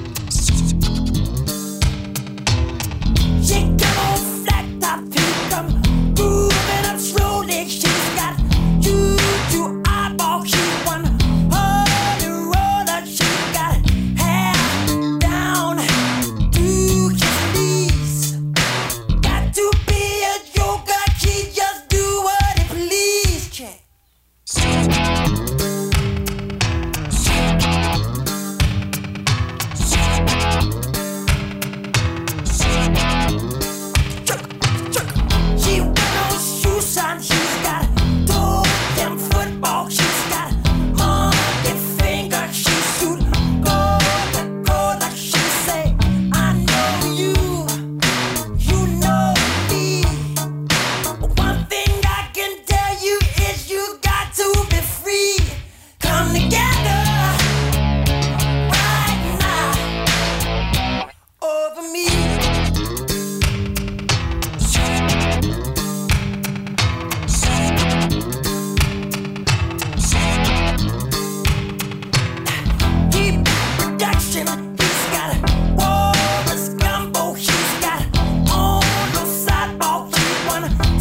Speaker 13: Moving up slowly, she's got you to eyeball. She one holy roller, she got hair down to his knees. Got to be a joker, she just do what it please. Check.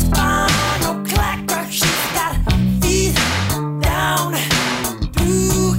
Speaker 13: Ooh.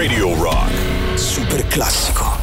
Speaker 2: Radio Rock.
Speaker 1: Super classico.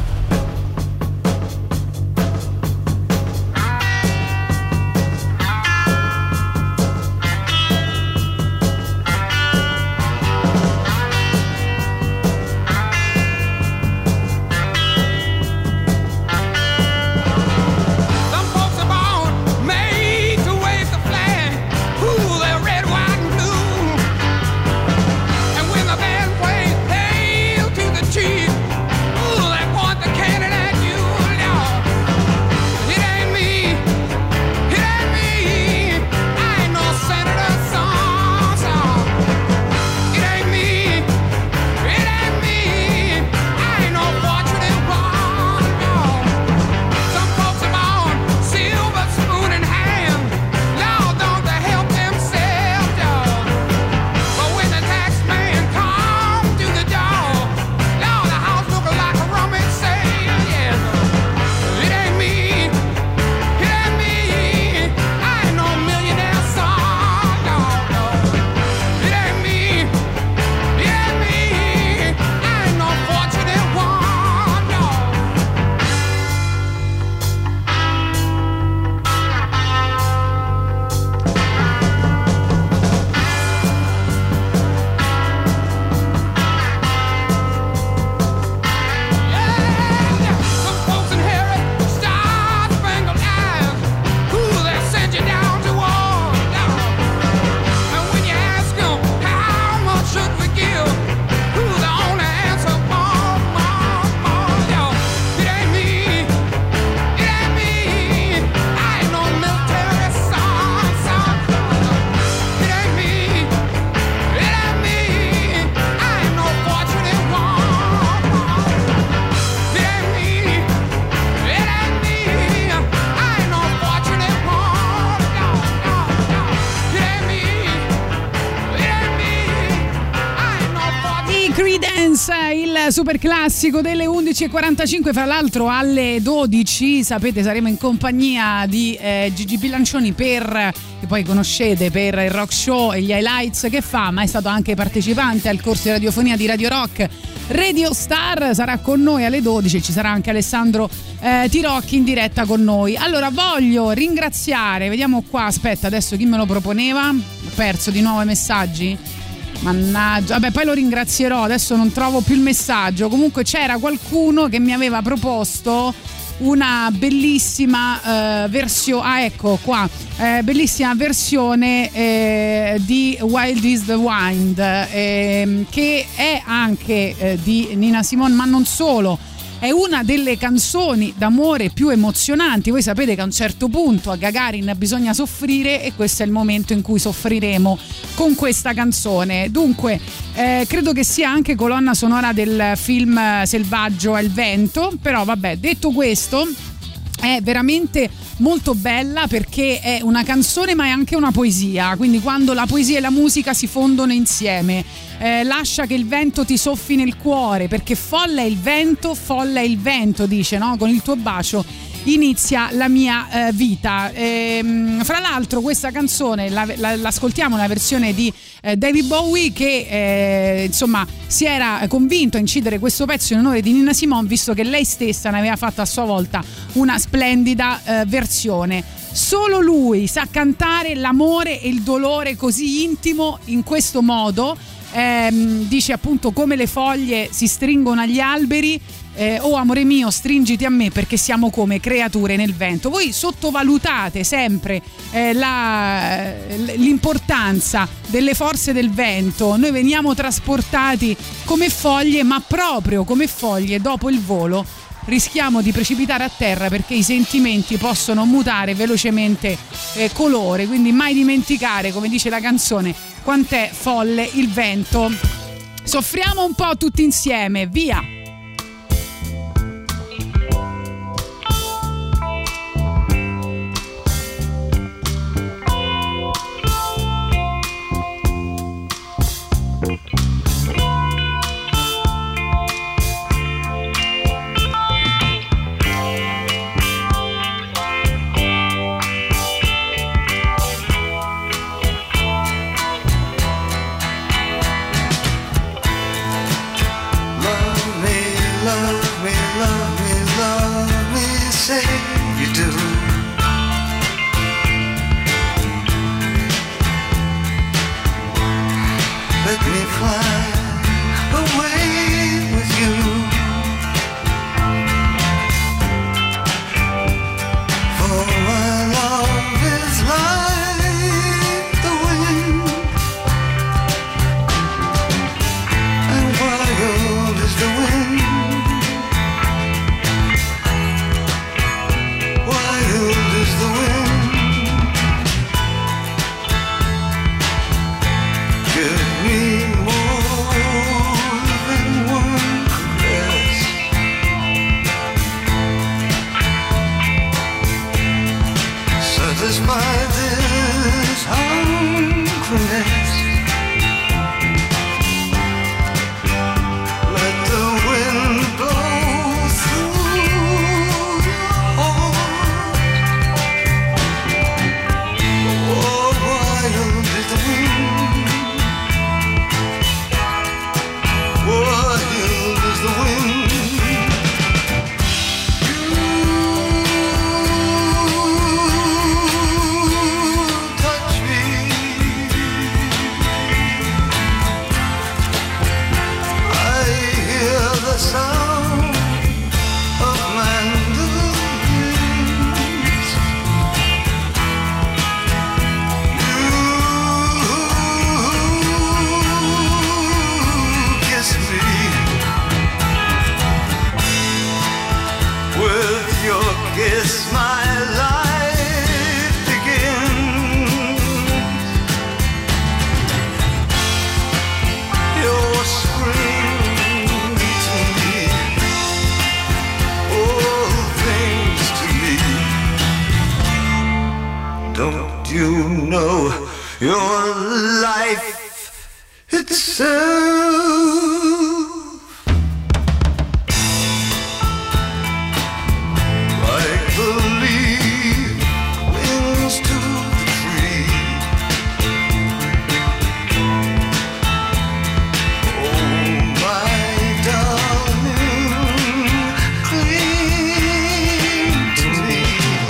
Speaker 3: Super classico delle 11.45. Fra l'altro alle 12 sapete saremo in compagnia di Gigi Bilancioni che poi conoscete per il rock show e gli highlights che fa, ma è stato anche partecipante al corso di radiofonia di Radio Rock Radio Star. Sarà con noi alle 12, ci sarà anche Alessandro Tirocchi in diretta con noi. Allora voglio ringraziare, vediamo qua, aspetta, adesso chi me lo proponeva? Ho perso di nuovo i messaggi. Mannaggia, vabbè, poi lo ringrazierò, adesso non trovo più il messaggio. Comunque c'era qualcuno che mi aveva proposto una bellissima versione, ecco qua, bellissima versione di Wild is the Wind, che è anche di Nina Simone, ma non solo. È una delle canzoni d'amore più emozionanti. Voi sapete che a un certo punto a Gagarin bisogna soffrire e questo è il momento in cui soffriremo con questa canzone. Dunque credo che sia anche colonna sonora del film Selvaggio è il vento, però vabbè, detto questo, è veramente molto bella perché è una canzone ma è anche una poesia, quindi quando la poesia e la musica si fondono insieme, lascia che il vento ti soffi nel cuore, perché folle è il vento, dice, no? Con il tuo bacio inizia la mia vita. Fra l'altro questa canzone l'ascoltiamo nella versione di David Bowie, che insomma si era convinto a incidere questo pezzo in onore di Nina Simone, visto che lei stessa ne aveva fatto a sua volta una splendida versione. Solo lui sa cantare l'amore e il dolore così intimo in questo modo. Dice appunto: come le foglie si stringono agli alberi, oh amore mio stringiti a me, perché siamo come creature nel vento. Voi sottovalutate sempre l'importanza delle forze del vento. Noi veniamo trasportati come foglie, ma proprio come foglie dopo il volo rischiamo di precipitare a terra, perché i sentimenti possono mutare velocemente colore, quindi mai dimenticare, come dice la canzone, quant'è folle il vento. Soffriamo un po' tutti insieme, via!
Speaker 16: wild as the wind. Sound of mandolins. You kiss me with your kiss, my life begins. Your scream don't you know your life itself? Like the leaf clings to the tree. Oh, my darling, cling to me.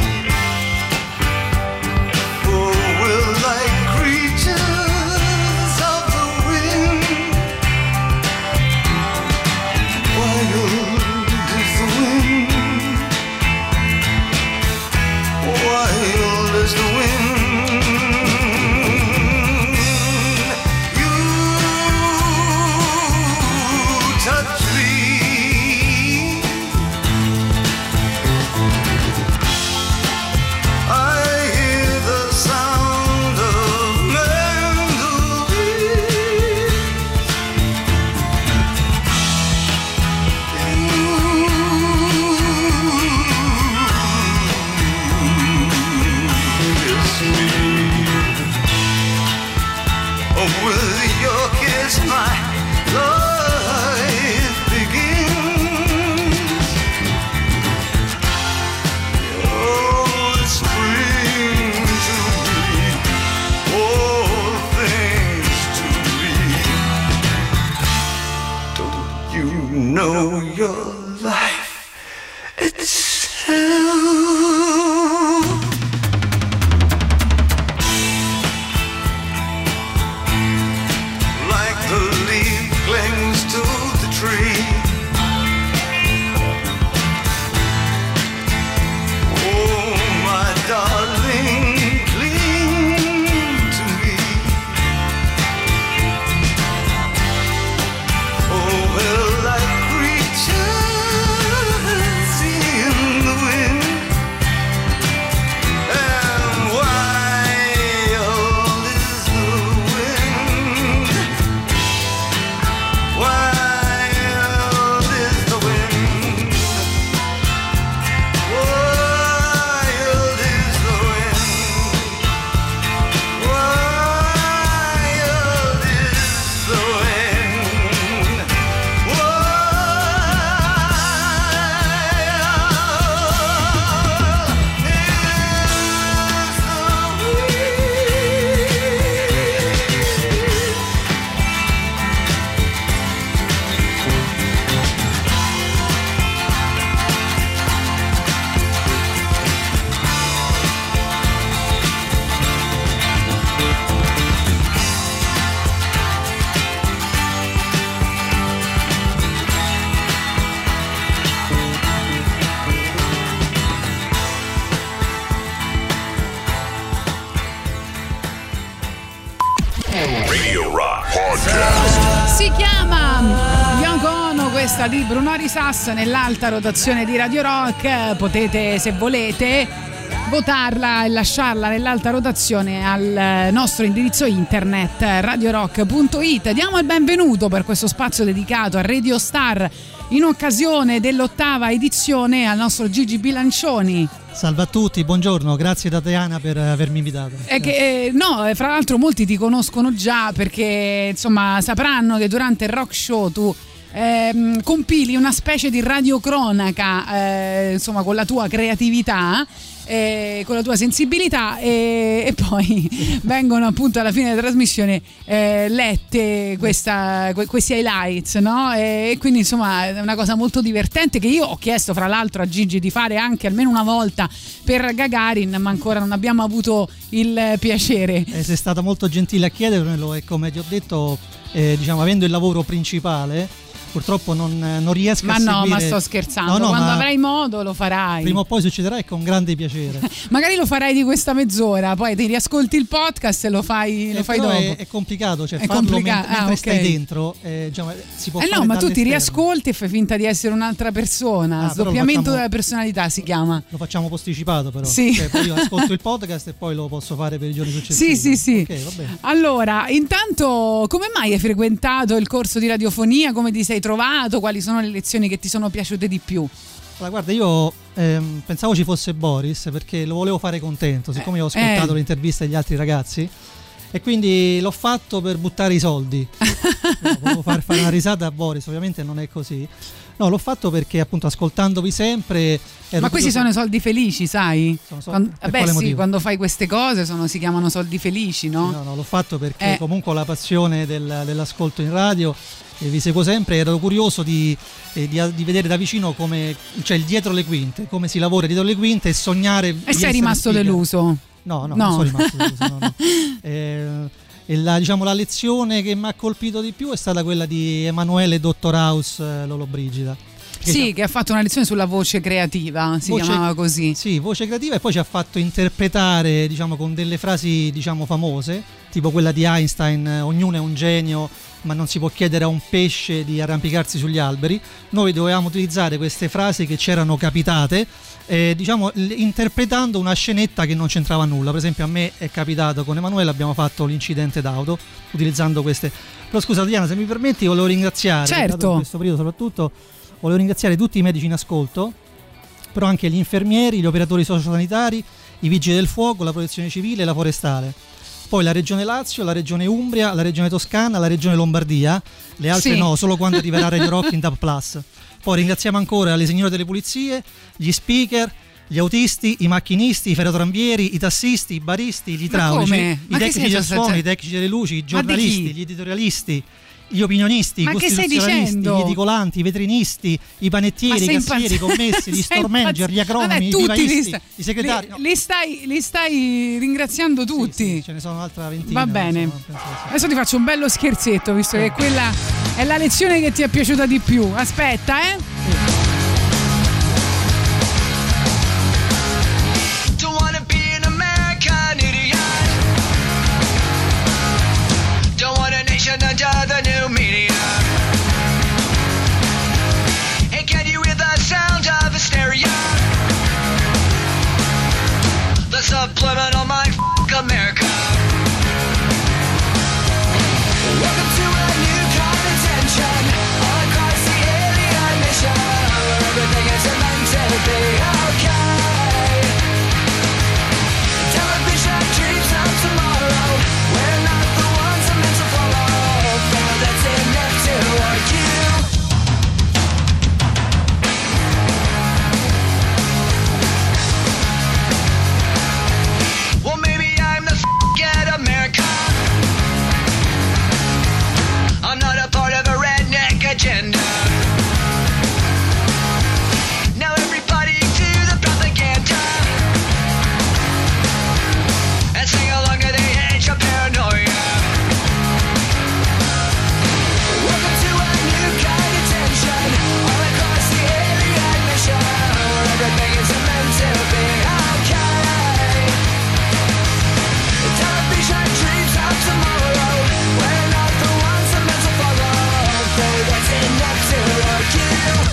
Speaker 16: Know your life itself. Like the leaf clings to the tree. Oh, my darling, cling to me. Oh, well,
Speaker 3: Si chiama Yoko Ono, questa di Bruno Risas, nell'alta rotazione di Radio Rock. Potete, se volete, votarla e lasciarla nell'alta rotazione al nostro indirizzo internet radiorock.it. Diamo il benvenuto per questo spazio dedicato a Radio Star in occasione dell'8ª edizione al nostro Gigi Bilancioni.
Speaker 17: Salve a tutti, buongiorno, grazie Tatiana per avermi invitato.
Speaker 3: Fra l'altro molti ti conoscono già perché insomma sapranno che durante il rock show tu compili una specie di radiocronaca, insomma, con la tua creatività, con la tua sensibilità, e poi vengono appunto alla fine della trasmissione lette questi highlights, no? E quindi insomma è una cosa molto divertente che io ho chiesto fra l'altro a Gigi di fare anche almeno una volta per Gagarin, ma ancora non abbiamo avuto il piacere.
Speaker 17: Sei stata molto gentile a chiedermelo, e come ti ho detto, diciamo, avendo il lavoro principale purtroppo non riesco a seguire.
Speaker 3: Ma sto scherzando,
Speaker 17: no,
Speaker 3: quando avrai modo lo farai.
Speaker 17: Prima o poi succederà, e con grande piacere.
Speaker 3: Magari lo farai di questa mezz'ora, poi ti riascolti il podcast e lo fai dopo.
Speaker 17: È complicato, cioè farlo mentre stai dentro, diciamo, si può fare
Speaker 3: no, ma tu ti
Speaker 17: dall'esterno.
Speaker 3: Riascolti e fai finta di essere un'altra persona. Sdoppiamento della personalità si chiama.
Speaker 17: Lo facciamo posticipato, però.
Speaker 3: Sì.
Speaker 17: Cioè, poi io ascolto il podcast e poi lo posso fare per i giorni successivi.
Speaker 3: Sì.
Speaker 17: Okay, va bene.
Speaker 3: Allora, intanto, come mai hai frequentato il corso di radiofonia? Come ti sei trovato? Quali sono le lezioni che ti sono piaciute di più?
Speaker 17: Allora, guarda, io pensavo ci fosse Boris, perché lo volevo fare contento, siccome io ho ascoltato l'intervista degli altri ragazzi, e quindi l'ho fatto per buttare i soldi. Volevo fare una risata a Boris, ovviamente non è così. No, l'ho fatto perché appunto ascoltandovi sempre.
Speaker 3: Ma questi sono i soldi felici, sai? Quando fai queste cose si chiamano soldi felici, no?
Speaker 17: No, l'ho fatto perché comunque ho la passione dell'ascolto in radio, e vi seguo sempre. Ero curioso di vedere da vicino come, cioè, il dietro le quinte, come si lavora dietro le quinte, e sognare.
Speaker 3: E sei rimasto deluso?
Speaker 17: No, non sono rimasto deluso. No. E la lezione che mi ha colpito di più è stata quella di Emanuele Dottor House Lollobrigida.
Speaker 3: Che ha fatto una lezione sulla voce creativa, chiamava così.
Speaker 17: Sì, voce creativa, e poi ci ha fatto interpretare, diciamo, con delle frasi, diciamo, famose, tipo quella di Einstein: ognuno è un genio, ma non si può chiedere a un pesce di arrampicarsi sugli alberi. Noi dovevamo utilizzare queste frasi che ci erano capitate, diciamo, interpretando una scenetta che non c'entrava nulla. Per esempio, a me è capitato con Emanuele, abbiamo fatto l'incidente d'auto utilizzando queste. Però scusa Diana, se mi permetti, volevo ringraziare,
Speaker 3: certo,
Speaker 17: in questo periodo soprattutto, volevo ringraziare tutti i medici in ascolto, però anche gli infermieri, gli operatori sociosanitari, i vigili del fuoco, la protezione civile e la forestale. Poi la regione Lazio, la regione Umbria, la regione Toscana, la regione Lombardia, le altre no, solo quando arriverà Radio Rock in DAB+. Poi ringraziamo ancora le signore delle pulizie, gli speaker, gli autisti, i macchinisti, i ferrotrambieri, i tassisti, i baristi, gli idraulici, i tecnici del suono, i tecnici delle luci, i giornalisti, gli editorialisti, gli opinionisti, i costituzionalisti, gli edicolanti, i vetrinisti, i panettieri, i cassieri, i commessi, gli store manager, gli agronomi, i vivaisti, i segretari.
Speaker 3: Li stai ringraziando tutti.
Speaker 17: Sì, ce ne sono un'altra ventina.
Speaker 3: Va bene. Adesso ti faccio un bello scherzetto, visto che quella è la lezione che ti è piaciuta di più. Aspetta,
Speaker 13: under the new media. And can you hear the sound of hysteria? The subliminal mind America. Welcome to a new kind of tension all across the alien mission, where everything is meant to be okay. Television dreams of tomorrow, we're not the ones I'm meant to follow. That's enough to argue. Well, maybe I'm the at America. I'm not a part of a redneck agenda. Now everybody to the propaganda and sing along to the edge of paranoia. Welcome to a new kind of tension all across the alien mission, where everything is meant to be okay. Television dreams of tomorrow, we're not the ones I'm meant to follow. Babe, that's enough to argue.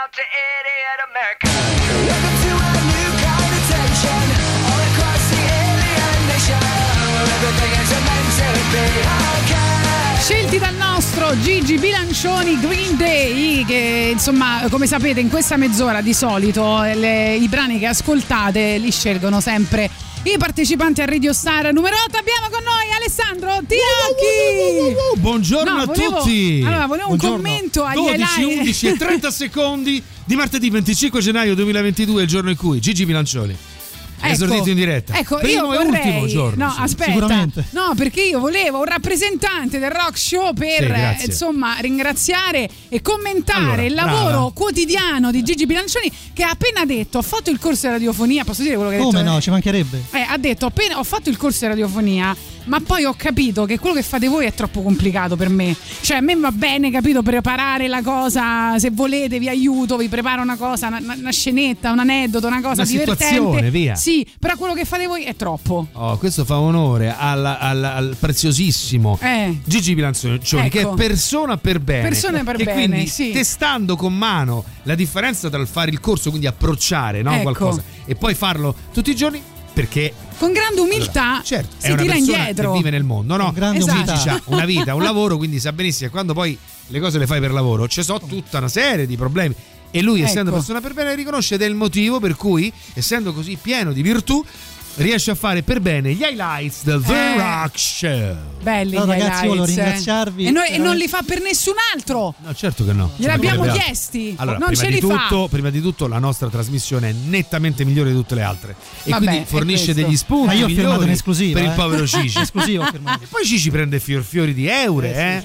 Speaker 13: to idiot America. Welcome to a new kind of tension all across the alien nation. Everything is meant to be okay.
Speaker 3: Scelti dal nostro Gigi Bilancioni, Green Day, che insomma, come sapete, in questa mezz'ora di solito i brani che ascoltate li scelgono sempre i partecipanti a Radio Star numero 8. Abbiamo con noi Alessandro Tirocchi.
Speaker 18: Buongiorno a tutti.
Speaker 3: Allora, volevo un commento agli
Speaker 18: 12, 11 e 30 secondi di martedì 25 gennaio 2022, il giorno in cui Gigi Bilancioni è esordito in diretta.
Speaker 3: Ecco,
Speaker 18: primo
Speaker 3: io
Speaker 18: e
Speaker 3: vorrei,
Speaker 18: ultimo giorno.
Speaker 3: No, aspetta.
Speaker 17: Sicuramente.
Speaker 3: No, perché io volevo un rappresentante del Rock Show per insomma ringraziare e commentare il lavoro quotidiano di Gigi Bilancioni, che ha appena detto: ho fatto il corso di radiofonia. Posso dire quello che ha detto?
Speaker 17: Come no, ci mancherebbe.
Speaker 3: Ha detto: ho fatto il corso di radiofonia, ma poi ho capito che quello che fate voi è troppo complicato per me. Cioè, a me va bene, capito, preparare la cosa, se volete vi aiuto, vi preparo una cosa, una scenetta, un aneddoto, una cosa divertente.
Speaker 18: Via.
Speaker 3: Sì, però quello che fate voi è troppo.
Speaker 18: Oh, questo fa onore al preziosissimo Gigi Bilancioni, che è persona per bene.
Speaker 3: Persona per
Speaker 18: che
Speaker 3: bene,
Speaker 18: quindi,
Speaker 3: sì.
Speaker 18: testando con mano la differenza tra il fare il corso, quindi approcciare qualcosa, e poi farlo tutti i giorni, perché
Speaker 3: con grande umiltà
Speaker 18: si
Speaker 3: è una tira indietro,
Speaker 18: che vive nel mondo, no?
Speaker 3: Esatto.
Speaker 18: Ha una vita, un lavoro, quindi sa benissimo che quando poi le cose le fai per lavoro ci sono tutta una serie di problemi. E lui, essendo persona per bene, riconosce ed è il motivo per cui, essendo così pieno di virtù, riesce a fare per bene gli highlights del The Rock Show.
Speaker 3: Belli,
Speaker 17: no, ragazzi,
Speaker 3: highlights.
Speaker 17: volevo ringraziarvi.
Speaker 3: E non li fa per nessun altro.
Speaker 18: No, certo che no.
Speaker 3: Gliel'abbiamo chiesti.
Speaker 18: Allora,
Speaker 3: non ce li fa.
Speaker 18: Prima di tutto, la nostra trasmissione è nettamente migliore di tutte le altre. E quindi fornisce degli spunti.
Speaker 17: Ma io ho firmato un'esclusiva
Speaker 18: per il povero Cici.
Speaker 17: Esclusivo ho firmato.
Speaker 18: E poi Cici prende fiori di euro.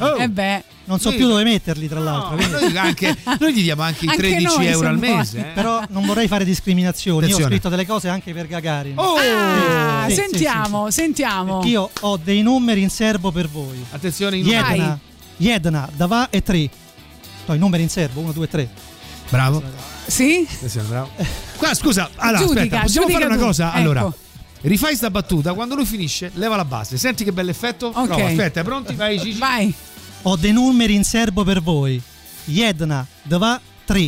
Speaker 17: Non so più dove metterli, tra l'altro.
Speaker 18: Noi gli diamo anche i 13 euro al mese.
Speaker 17: Però non vorrei fare discriminazioni. Io ho scritto delle cose anche per Gagarin.
Speaker 3: Sentiamo.
Speaker 17: Perché io ho dei numeri in serbo per voi.
Speaker 18: Attenzione,
Speaker 17: Jedna, Dava e 3. No, i numeri in serbo, 1, 2, 3.
Speaker 18: Bravo.
Speaker 3: Sì?
Speaker 18: Bravo. Qua, scusa, aspetta, possiamo fare una cosa?
Speaker 3: Ecco.
Speaker 18: Allora, rifai sta battuta, quando lui finisce, leva la base. Senti che bell'effetto?
Speaker 3: Ok.
Speaker 18: Prova, aspetta, pronti? Vai, Gigi.
Speaker 3: Vai.
Speaker 17: Ho dei numeri in serbo per voi. Jedna, Dava, 3.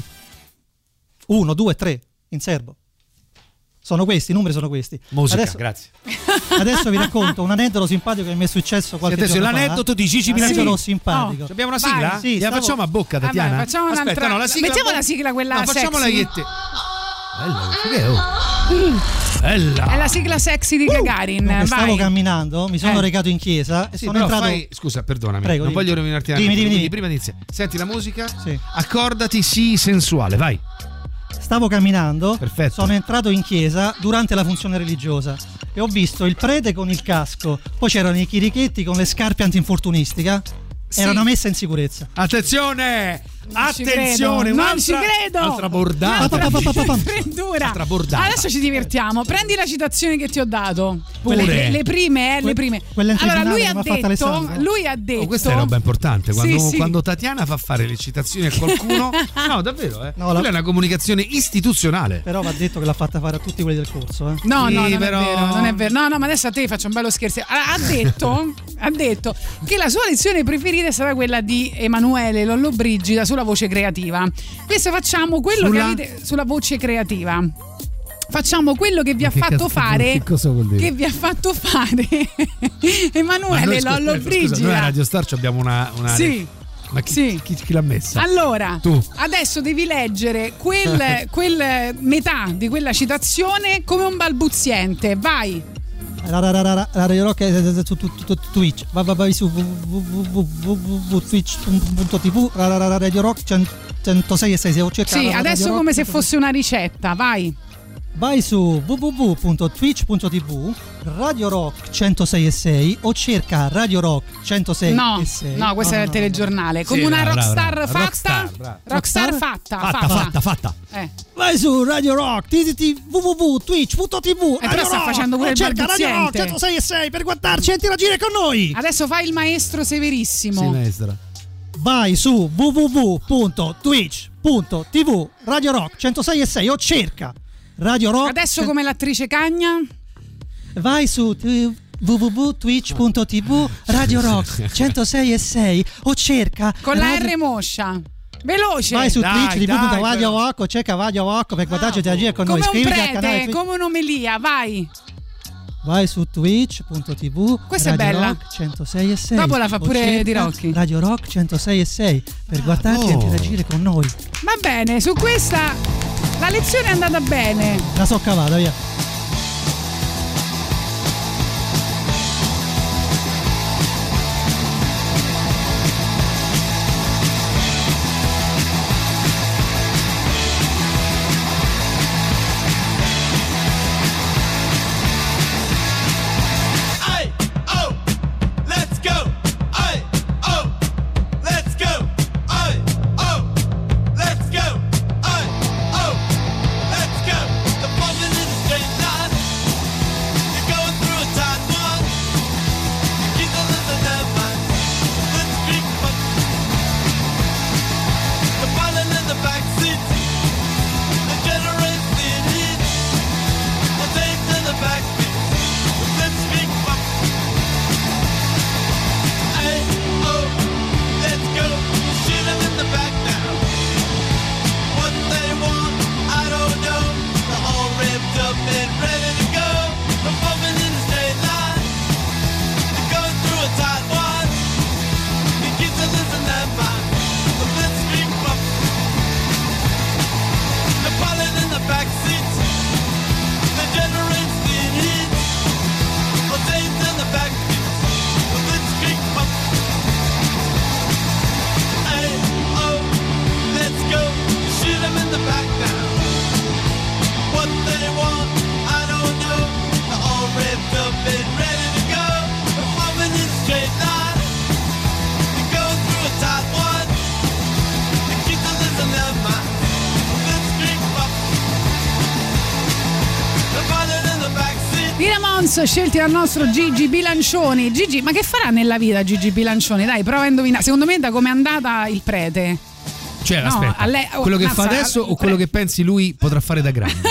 Speaker 17: 1, 2, 3 in serbo. Sono questi, i numeri sono questi.
Speaker 18: Musica,
Speaker 17: adesso,
Speaker 18: grazie.
Speaker 17: Adesso vi racconto un aneddoto simpatico che mi è successo qualche giorno fa.
Speaker 18: L'aneddoto di Gigi Bilancioni.
Speaker 17: Simpatico.
Speaker 18: Abbiamo una sigla?
Speaker 17: Sì,
Speaker 18: la facciamo a bocca, Tatiana.
Speaker 3: Facciamo
Speaker 18: aspetta, no, la sigla.
Speaker 3: Mettiamo la sigla quella
Speaker 18: facciamo
Speaker 3: sexy.
Speaker 18: Bella.
Speaker 3: È la sigla sexy di Gagarin.
Speaker 17: Stavo camminando, mi sono recato in chiesa e sono entrato.
Speaker 18: Scusa, perdonami,
Speaker 17: prego,
Speaker 18: non voglio rovinarti la
Speaker 17: dimmi.
Speaker 18: Prima inizia. Senti la musica?
Speaker 17: Sì.
Speaker 18: Accordati, sii sensuale, vai.
Speaker 17: Stavo camminando,
Speaker 18: perfetto.
Speaker 17: Sono entrato in chiesa durante la funzione religiosa e ho visto il prete con il casco, poi c'erano i chirichetti con le scarpe antinfortunistica, erano messe in sicurezza.
Speaker 18: Attenzione!
Speaker 3: Non ci credo.
Speaker 18: Altra bordata.
Speaker 3: Altra bordata. Adesso ci divertiamo. Prendi la citazione che ti ho dato.
Speaker 18: Pure.
Speaker 3: Le prime. Allora lui ha detto.
Speaker 18: Questa è roba importante. Quando Tatiana fa fare le citazioni a qualcuno. No, davvero, quella è una comunicazione istituzionale.
Speaker 17: Però va detto che l'ha fatta fare a tutti quelli del corso.
Speaker 3: No, non è vero. No, ma adesso a te faccio un bello scherzo. Ha detto che la sua lezione preferita è stata quella di Emanuele Lollobrigida sulla voce creativa. Adesso facciamo quello che avete sulla voce creativa. Facciamo quello che vi ha fatto fare.
Speaker 18: Che cosa vuol dire?
Speaker 3: Che vi ha fatto fare Emanuele Lollobrigida.
Speaker 18: Scusa, noi a Radio Star abbiamo una
Speaker 3: sì.
Speaker 18: Ma chi l'ha messa?
Speaker 3: Allora,
Speaker 18: tu
Speaker 3: adesso devi leggere quel metà di quella citazione come un balbuziente. Vai.
Speaker 17: Radio Rock su Twitch. Vai su www.twitch.tv Radio Rock 106.6.
Speaker 3: Sì, adesso come se fosse una ricetta.
Speaker 17: Vai su www.twitch.tv Radio Rock 106.6 o cerca Radio Rock 106.6.
Speaker 3: No, questo è il telegiornale. Come una rockstar fatta. Rockstar fatta.
Speaker 17: Vai su Radio Rock www.twitch.tv
Speaker 3: però sta facendo pure il balbuziente.
Speaker 17: Radio Rock 106.6 per guardarci e interagire con noi.
Speaker 3: Adesso fai il maestro severissimo.
Speaker 18: Sì, maestra.
Speaker 17: Vai su www.twitch.tv Radio Rock 106.6 o cerca Radio Rock.
Speaker 3: Adesso come l'attrice Cagna.
Speaker 17: Vai su www.twitch.tv Radio Rock 106.6 o cerca
Speaker 3: con la R moscia. Veloce.
Speaker 17: Vai su
Speaker 18: Dai,
Speaker 17: Twitch,
Speaker 18: dai,
Speaker 17: Vaglio Wocco, cerca Vaglio Wocco per guardarci e interagire con noi.
Speaker 3: Come un
Speaker 17: Iscriviti al canale
Speaker 3: prete,
Speaker 17: Twitch.
Speaker 3: come un'omelia, vai.
Speaker 17: Vai su twitch.tv.
Speaker 3: Questa è
Speaker 17: Radio
Speaker 3: bella.
Speaker 17: Rock 106.6.
Speaker 3: Dopo la fa pure
Speaker 17: cerca
Speaker 3: Di Rocchi.
Speaker 17: Radio Rock 106.6 per guardarci e interagire con noi.
Speaker 3: Va bene, su questa la lezione è andata bene.
Speaker 17: La so cavata, via.
Speaker 3: Scelti dal nostro Gigi Bilancioni. Gigi, ma che farà nella vita Gigi Bilancioni? Dai, prova a indovinare. Secondo me da come è andata il prete.
Speaker 18: Cioè,
Speaker 3: No,
Speaker 18: aspetta, quello che fa adesso o quello che pensi lui potrà fare da grande?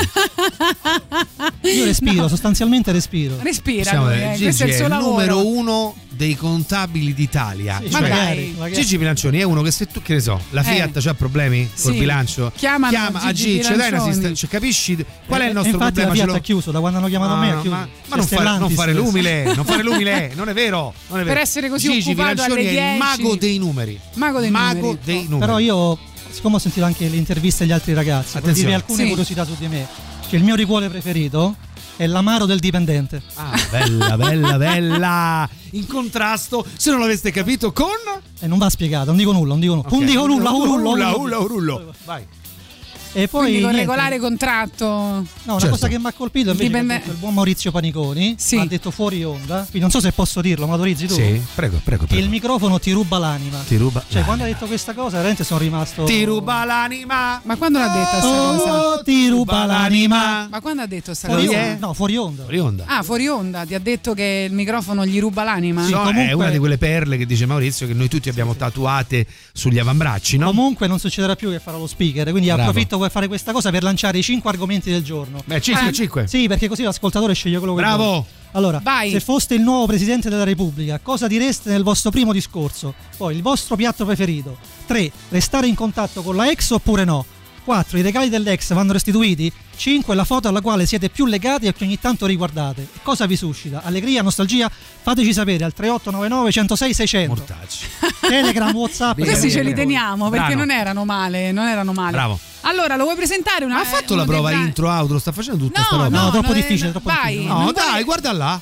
Speaker 17: Io respiro, sostanzialmente respiro.
Speaker 3: Respira,
Speaker 18: Gigi
Speaker 3: questo è il suo
Speaker 18: il
Speaker 3: lavoro.
Speaker 18: numero uno dei contabili d'Italia.
Speaker 17: Sì,
Speaker 18: Cioè,
Speaker 17: magari.
Speaker 18: Gigi Bilancioni è uno che se tu, che ne so, la Fiat c'ha problemi col
Speaker 3: Sì.
Speaker 18: bilancio,
Speaker 3: Chiama
Speaker 18: a Gigi, dai una
Speaker 3: Bilancioni.
Speaker 18: cioè, capisci qual è il nostro
Speaker 17: infatti
Speaker 18: problema?
Speaker 17: la Fiat ha chiuso, da quando hanno chiamato me ha chiuso.
Speaker 18: Ma non fare l'umile, non fare l'umile, non è vero. Non è vero.
Speaker 3: Per essere così
Speaker 18: Gigi
Speaker 3: occupato
Speaker 18: Bilancioni
Speaker 3: alle
Speaker 18: è il
Speaker 3: 10.
Speaker 18: mago dei numeri.
Speaker 3: Mago dei numeri.
Speaker 17: Però io, siccome ho sentito anche le interviste agli altri ragazzi, voglio dire alcune curiosità su di me. Che il mio ricuore preferito è l'amaro del dipendente.
Speaker 18: Ah, bella, bella, bella. In contrasto, se non l'aveste capito, con...
Speaker 17: Non va spiegato, non dico nulla, non dico nulla.
Speaker 18: Okay.
Speaker 17: Non dico nulla,
Speaker 18: urullo. Vai.
Speaker 17: E poi
Speaker 3: Quindi con
Speaker 17: niente.
Speaker 3: regolare contratto.
Speaker 17: No, una cosa che mi ha colpito invece che ha detto il buon Maurizio Paniconi, ha detto fuori onda, quindi non so se posso dirlo, ma autorizzi tu?
Speaker 18: Sì, prego.
Speaker 17: Che il microfono ti ruba l'anima.
Speaker 18: Ti ruba.
Speaker 17: Cioè, quando ha detto questa cosa, veramente sono rimasto.
Speaker 18: Ti ruba l'anima.
Speaker 3: Ma quando l'ha detta sta cosa?
Speaker 17: Ti ruba l'anima.
Speaker 3: Ma quando ha detto sta
Speaker 17: Fuori
Speaker 3: cosa?
Speaker 17: onda. No, fuori onda.
Speaker 18: Fuori onda.
Speaker 3: Ah, fuori onda, ti ha detto che il microfono gli ruba l'anima?
Speaker 18: Sì, comunque... È una di quelle perle che dice Maurizio che noi tutti abbiamo tatuate sugli avambracci, no?
Speaker 17: Comunque non succederà più che farò lo speaker, quindi
Speaker 18: Bravo.
Speaker 17: approfitto per fare questa cosa per lanciare i 5 argomenti del giorno.
Speaker 18: Beh, 5.
Speaker 17: Sì, perché così l'ascoltatore sceglie quello che
Speaker 18: Bravo.
Speaker 17: vuole. Allora,
Speaker 3: vai.
Speaker 17: Se foste il nuovo presidente della Repubblica, cosa direste nel vostro primo discorso? Poi, il vostro piatto preferito. 3. Restare in contatto con la ex oppure no? 4. I regali dell'ex vanno restituiti? 5. La foto alla quale siete più legati e che ogni tanto riguardate. E cosa vi suscita? Allegria, nostalgia? Fateci sapere al 3899 106 600.
Speaker 18: Mortacci.
Speaker 17: Telegram, WhatsApp.
Speaker 3: Questi ce li teniamo perché
Speaker 18: Bravo.
Speaker 3: non erano male.
Speaker 18: Bravo.
Speaker 3: Allora, lo vuoi presentare una?
Speaker 18: Ha fatto la prova intro, outro, sta facendo tutta sta roba.
Speaker 17: No, troppo difficile, troppo
Speaker 3: vai.
Speaker 17: difficile.
Speaker 18: No, dai, guarda là.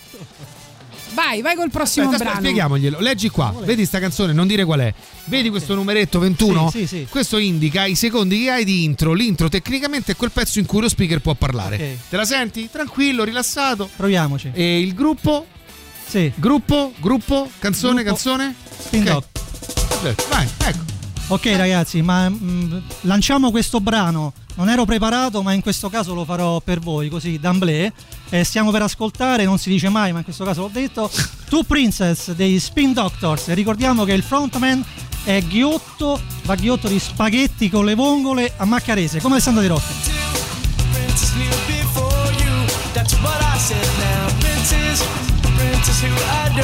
Speaker 3: Vai col prossimo brano.
Speaker 18: Spieghiamoglielo. Leggi qua, vedi sta canzone, non dire qual è. Vedi questo numeretto 21?
Speaker 17: Sì.
Speaker 18: Questo indica i secondi che hai di intro. L'intro tecnicamente è quel pezzo in cui lo speaker può parlare.
Speaker 17: Ok.
Speaker 18: Te la senti? Tranquillo, rilassato.
Speaker 17: Proviamoci.
Speaker 18: E il gruppo?
Speaker 17: Sì.
Speaker 18: Gruppo, canzone.
Speaker 17: Spin Doc.
Speaker 18: Vai, ecco.
Speaker 17: Ok ragazzi, ma lanciamo questo brano. Non ero preparato, ma in questo caso lo farò per voi, così d'amblè. Stiamo per ascoltare, non si dice mai, ma in questo caso l'ho detto, Two Princess dei Spin Doctors. E ricordiamo che il frontman è Ghiotto di spaghetti con le vongole a Maccarese, come Alessandro Di Rocchi.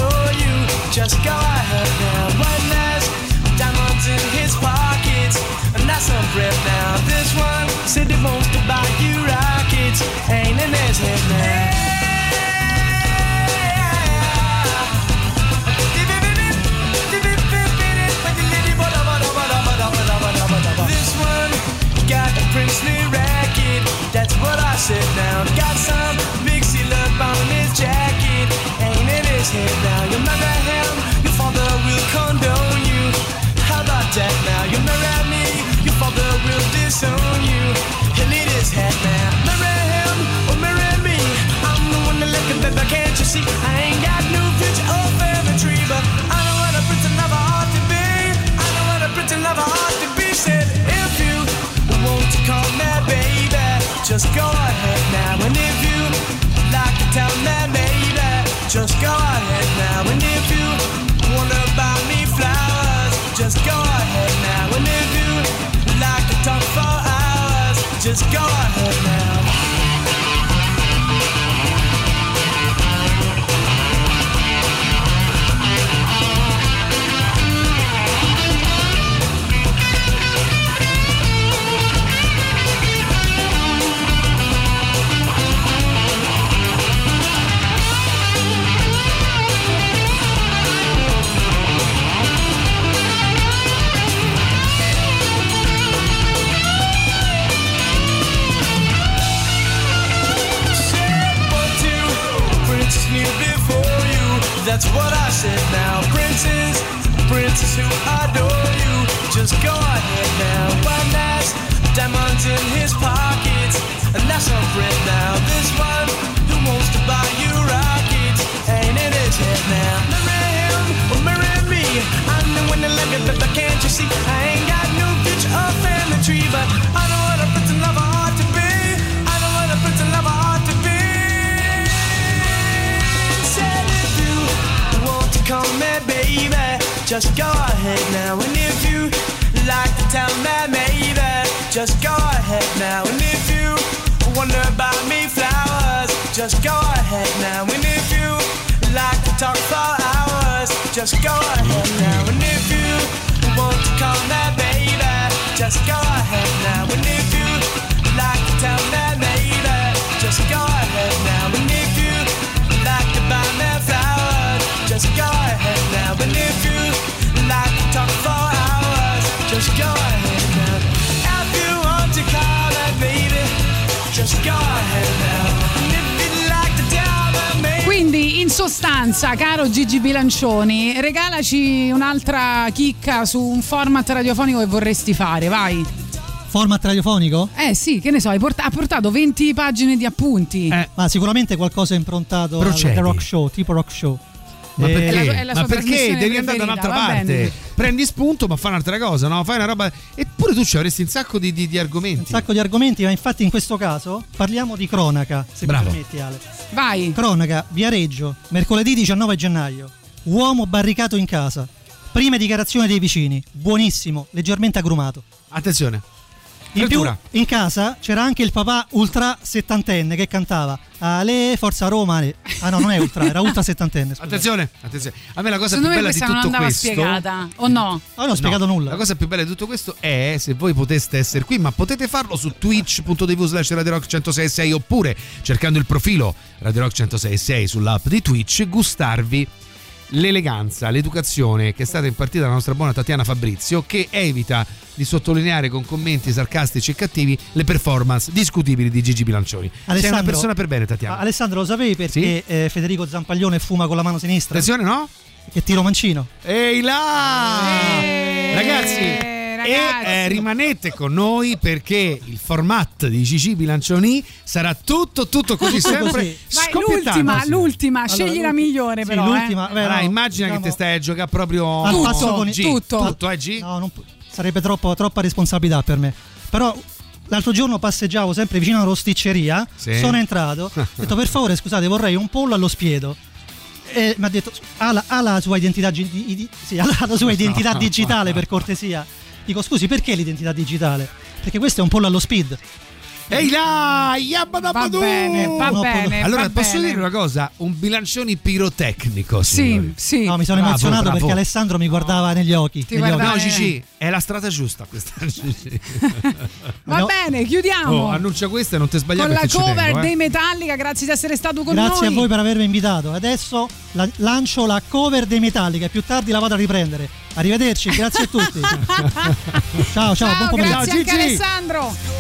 Speaker 13: Just go ahead now, one last diamonds in his pockets, some breath now. This one said he wants to buy you rockets, ain't in his head now. This one got a princely racket, that's what I said now. Got some big seal up on his jacket, ain't in his head now. You marry him, your father will condone you. How about that now? You marry me, your father will disown you. He'll eat his head now. Marry him or marry me, I'm the one that left him, baby, can't you see? I ain't got no future or family tree, but I know what a prince never ought to be. I know what a prince never ought to be. Said if you want to call me baby, just go ahead now. And if you like to tell me baby, just go ahead now. And if you wanna buy me flowers, just go ahead now. And if you like to talk for hours, just go ahead now. That's what I said now. Princes who adore you, just go ahead now. One has diamonds in his pockets, and that's some bread now. This one who wants to buy you rockets, ain't in his head now. Marry him or marry me, I'm the one that left it, but can't you see? I ain't got no future or family tree, but I know what a prince and lover ought to be. I know what a prince and lover ought to be. Call me baby, just go ahead now. And if you like to tell me maybe, just go ahead now. And if you wonder about me flowers, just go ahead now. And if you like to talk for hours, just go ahead now. And if you want to call me baby, just go ahead now. And if you like to tell me maybe, just go ahead now. And if you like to buy me flowers, just go ahead now. And if you like to talk for hours, just go ahead now. If you want to call it baby, just go ahead now. And if you like to tell me maybe.
Speaker 3: Quindi in sostanza, caro Gigi Bilancioni, regalaci un'altra chicca su un format radiofonico che vorresti fare, vai.
Speaker 17: Format radiofonico?
Speaker 3: Sì, che ne so, ha portato 20 pagine di appunti.
Speaker 17: Ma sicuramente qualcosa improntato al rock show, tipo rock show.
Speaker 18: Ma perché?
Speaker 3: Ma perché
Speaker 18: devi andare da un'altra parte?
Speaker 3: Bene.
Speaker 18: Prendi spunto, ma fai un'altra cosa, no? Fai una roba. Eppure tu ci avresti un sacco di argomenti.
Speaker 17: Un sacco di argomenti, ma infatti in questo caso parliamo di cronaca, se mi permetti, Ale.
Speaker 3: Vai.
Speaker 17: Cronaca, Viareggio, mercoledì 19 gennaio. Uomo barricato in casa. Prime dichiarazioni dei vicini. Buonissimo, leggermente agrumato.
Speaker 18: Attenzione.
Speaker 17: In più, in casa c'era anche il papà ultra settantenne che cantava Ale, Forza Roma, Ale. Ah no, non è ultra, era ultra settantenne.
Speaker 18: Attenzione. A me la cosa
Speaker 3: secondo
Speaker 18: più bella di tutto
Speaker 3: non andava
Speaker 18: questo
Speaker 3: spiegata, o no?
Speaker 17: Non ho spiegato nulla.
Speaker 18: La cosa più bella di tutto questo è se voi poteste essere qui, ma potete farlo su twitch.tv/Radio Rock 106.6 oppure cercando il profilo Radio Rock 106.6 sull'app di Twitch, gustarvi l'eleganza, l'educazione che è stata impartita dalla nostra buona Tatiana Fabrizio, che evita di sottolineare con commenti sarcastici e cattivi le performance discutibili di Gigi Bilancioni. Sei una persona per bene, Tatiana.
Speaker 17: Alessandro, lo sapevi perché sì? Federico Zampaglione fuma con la mano sinistra?
Speaker 18: Attenzione, no?
Speaker 17: Che tiro mancino.
Speaker 18: Ehi là! Ragazzi, e rimanete con noi perché il format di Gigi Bilancioni sarà tutto così sempre
Speaker 3: vai, l'ultima allora, scegli la migliore però
Speaker 17: l'ultima,
Speaker 18: immagina diciamo, che te stai a giocare proprio tutto G?
Speaker 17: No, sarebbe troppa responsabilità per me, però l'altro giorno passeggiavo sempre vicino alla rosticceria, sì. Sono entrato, ho detto per favore scusate vorrei un pollo allo spiedo e mi ha detto ha la sua identità ha la sua identità digitale per cortesia. Dico scusi, perché l'identità digitale? Perché questo è un pollo allo speed.
Speaker 18: Ehi là,
Speaker 3: va bene.
Speaker 18: Allora posso dire una cosa? Un bilancione pirotecnico, signori.
Speaker 3: Sì.
Speaker 17: No, mi sono emozionato
Speaker 18: bravo.
Speaker 17: perché Alessandro mi guardava negli occhi.
Speaker 18: No, Gigi, è la strada giusta questa.
Speaker 3: Va bene, chiudiamo.
Speaker 18: Annuncia questa e non ti sbagliare
Speaker 3: con la cover
Speaker 18: tengo,
Speaker 3: dei Metallica. Grazie di essere stato con noi.
Speaker 17: Grazie a voi per avermi invitato. Adesso lancio la cover dei Metallica e più tardi la vado a riprendere. Arrivederci, grazie a tutti. Ciao, buon pomeriggio.
Speaker 3: Grazie anche Alessandro.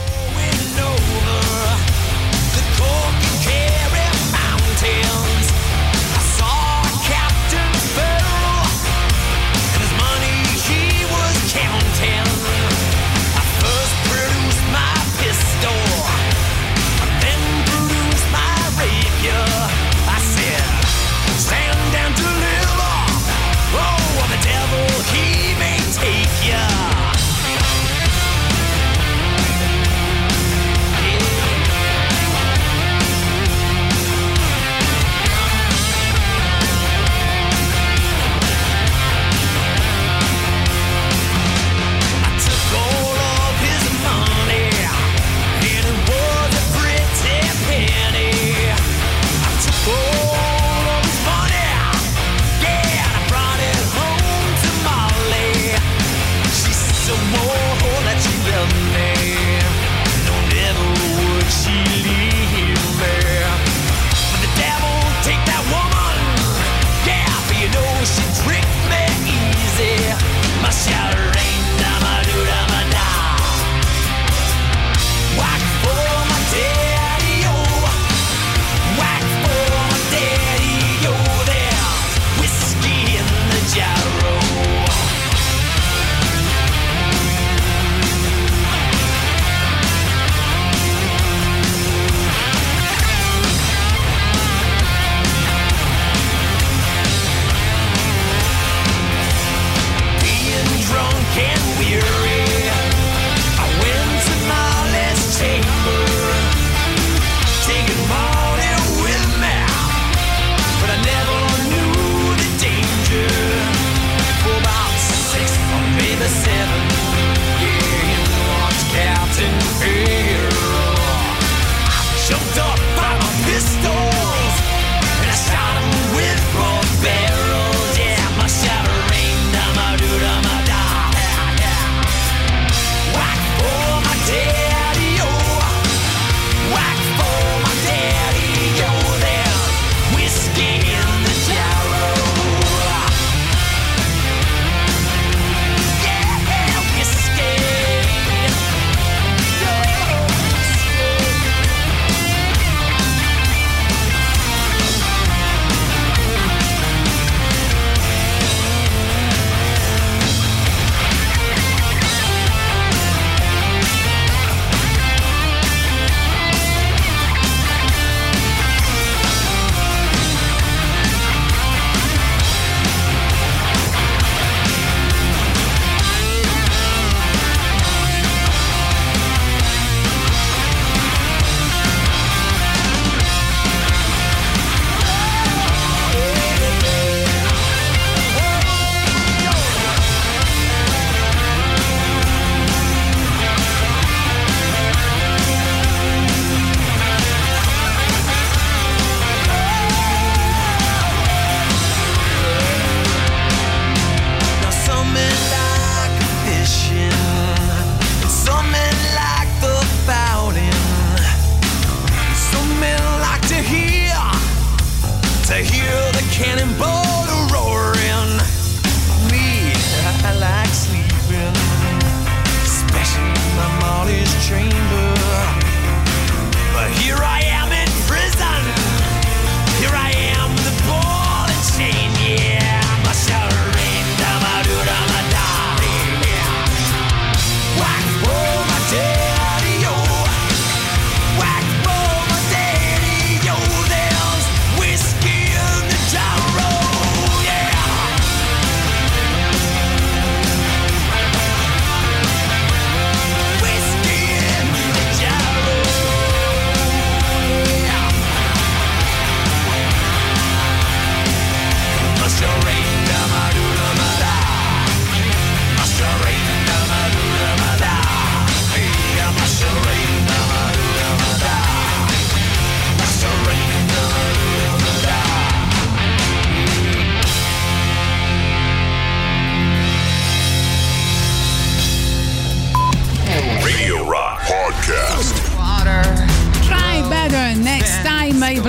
Speaker 13: He may take ya.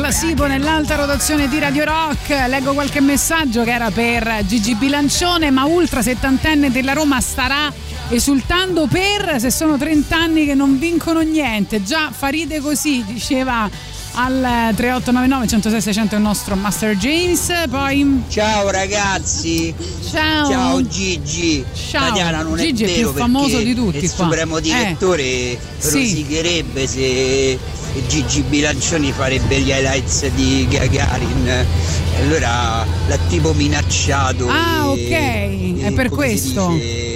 Speaker 3: Sipo nell'alta rotazione di Radio Rock. Leggo qualche messaggio che era per Gigi Bilancione. Ma ultra settantenne della Roma starà esultando per se sono 30 anni che non vincono niente. Già fa ride così, diceva al 3899 106 600 il nostro Master James. Poi
Speaker 19: ciao ragazzi, ciao Gigi.
Speaker 3: Ciao
Speaker 19: Tatiana, non
Speaker 3: Gigi
Speaker 19: è vero,
Speaker 3: è più famoso di tutti
Speaker 19: il
Speaker 3: qua.
Speaker 19: supremo direttore rosicherebbe se Gigi Bilancioni farebbe gli highlights di Gagarin, allora l'ha tipo minacciato.
Speaker 3: È per questo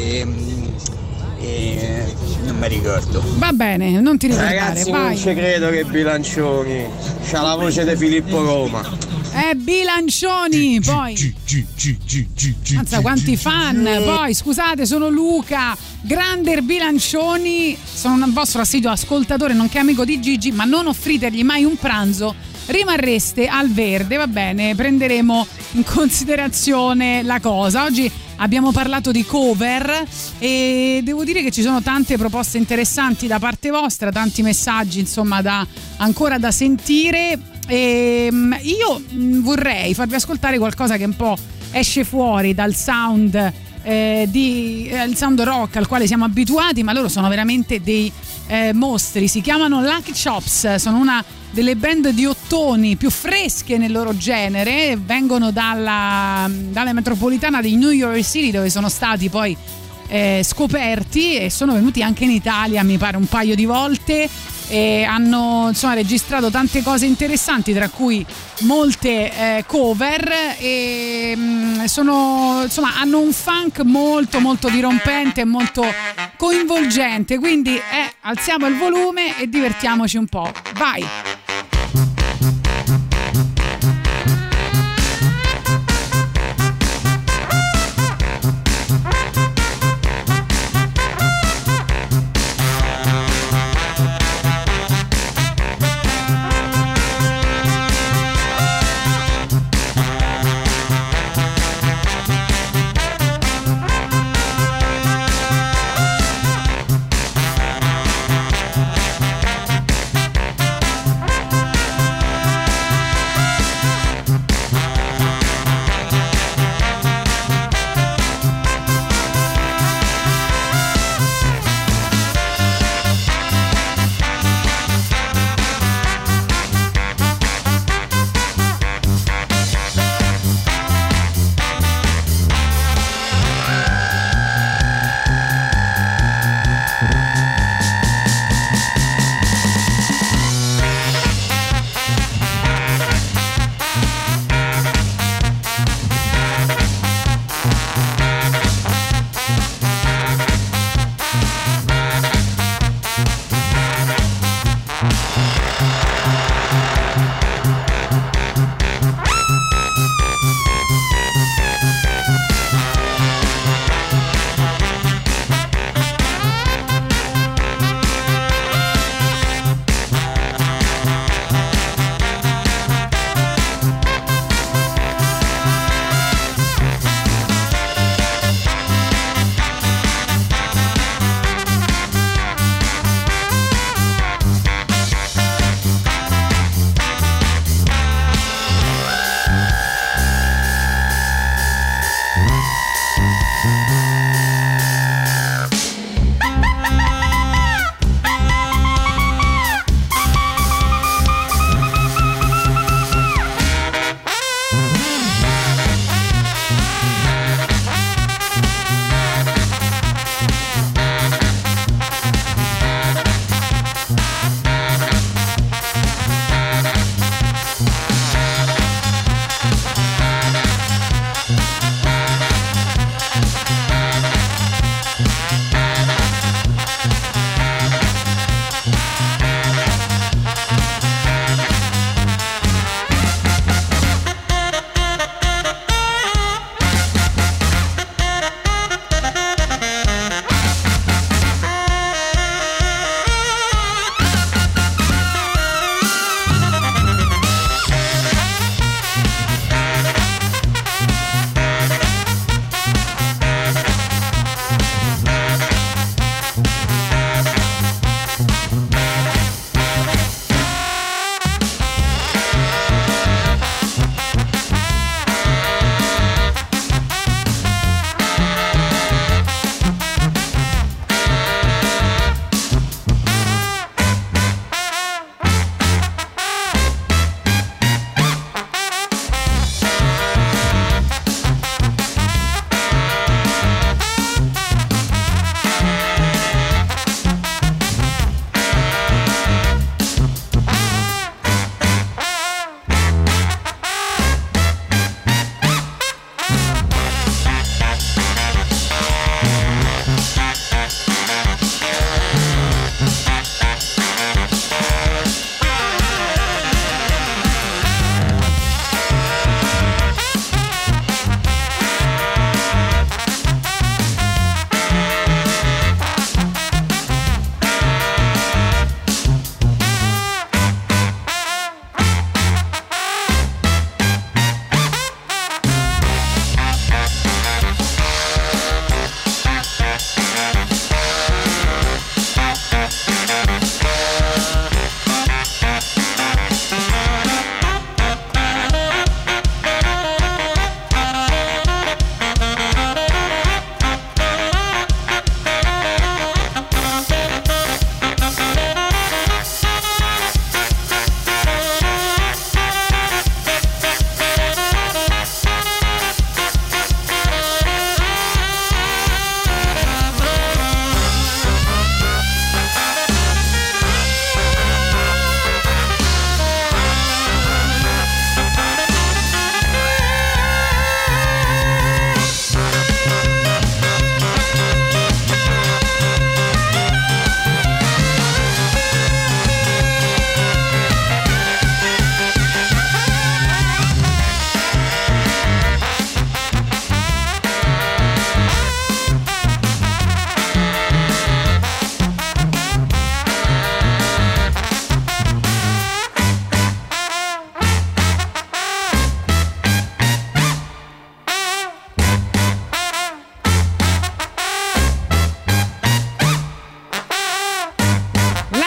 Speaker 19: non mi ricordo.
Speaker 3: Va bene, non ti ricordare.
Speaker 19: Ragazzi,
Speaker 3: vai.
Speaker 19: non ci credo che Bilancioni c'ha la voce di Filippo Roma.
Speaker 3: Bilancioni, poi Anza, quanti fan. Poi scusate, sono Luca, grande Bilancioni, sono un vostro assiduo ascoltatore nonché amico di Gigi, ma non offritergli mai un pranzo, rimarreste al verde. Va bene, prenderemo in considerazione la cosa. Oggi abbiamo parlato di cover e devo dire che ci sono tante proposte interessanti da parte vostra, tanti messaggi insomma ancora da sentire. E io vorrei farvi ascoltare qualcosa che un po' esce fuori dal sound il sound rock al quale siamo abituati, ma loro sono veramente dei mostri. Si chiamano Lucky Chops, sono una delle band di ottoni più fresche nel loro genere, vengono dalla metropolitana di New York City, dove sono stati poi scoperti e sono venuti anche in Italia, mi pare un paio di volte, e hanno insomma registrato tante cose interessanti, tra cui molte cover, e hanno un funk molto molto dirompente e molto coinvolgente, quindi alziamo il volume e divertiamoci un po'. Vai!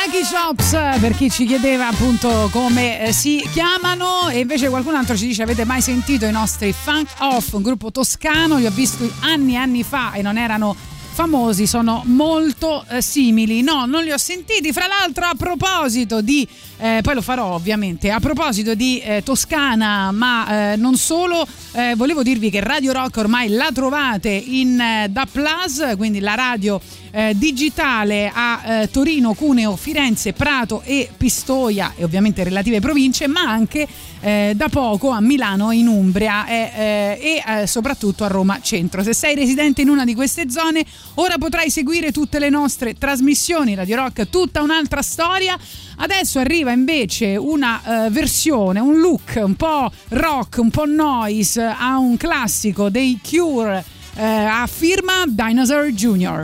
Speaker 3: Lucky Shops, per chi ci chiedeva appunto come si chiamano, e invece qualcun altro ci dice: avete mai sentito i nostri Funk Off, un gruppo toscano, li ho visti anni e anni fa e non erano famosi, sono molto simili. No, non li ho sentiti. Fra l'altro, a proposito di poi lo farò ovviamente, a proposito di Toscana, ma non solo, volevo dirvi che Radio Rock ormai la trovate in DAB+, quindi la radio digitale a Torino, Cuneo, Firenze, Prato e Pistoia, e ovviamente relative province, ma anche da poco a Milano, in Umbria e soprattutto a Roma Centro. Se sei residente in una di queste zone, ora potrai seguire tutte le nostre trasmissioni. Radio Rock, tutta un'altra storia. Adesso arriva invece una versione, un look un po' rock, un po' noise a un classico dei Cure a firma Dinosaur Jr.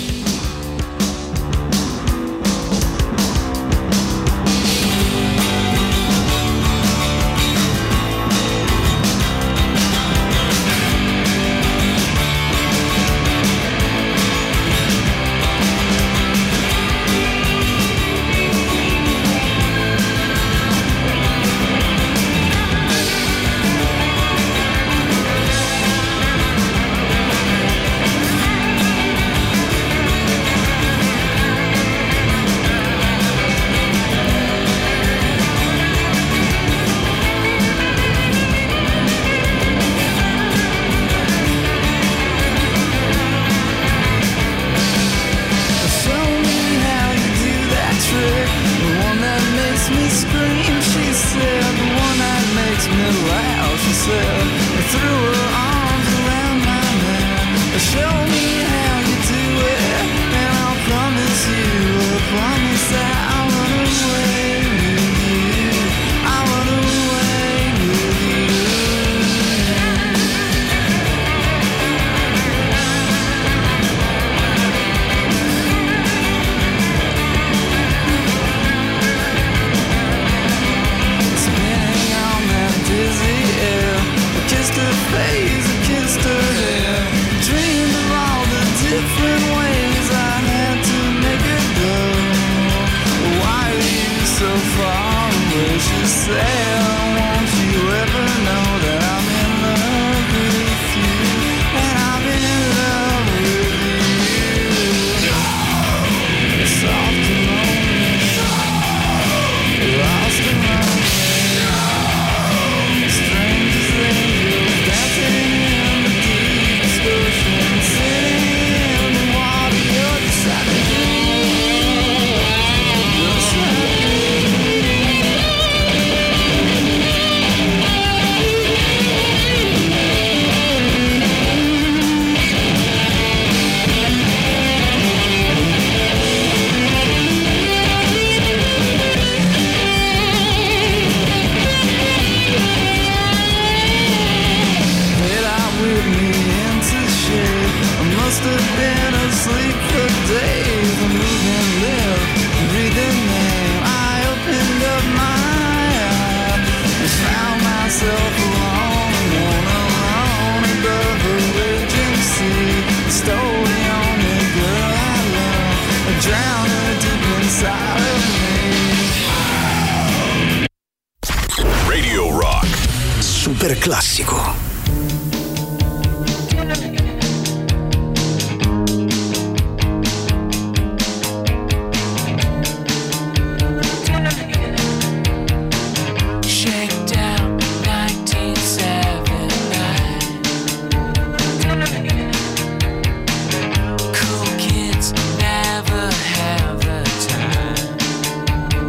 Speaker 1: Radio Rock, super classico.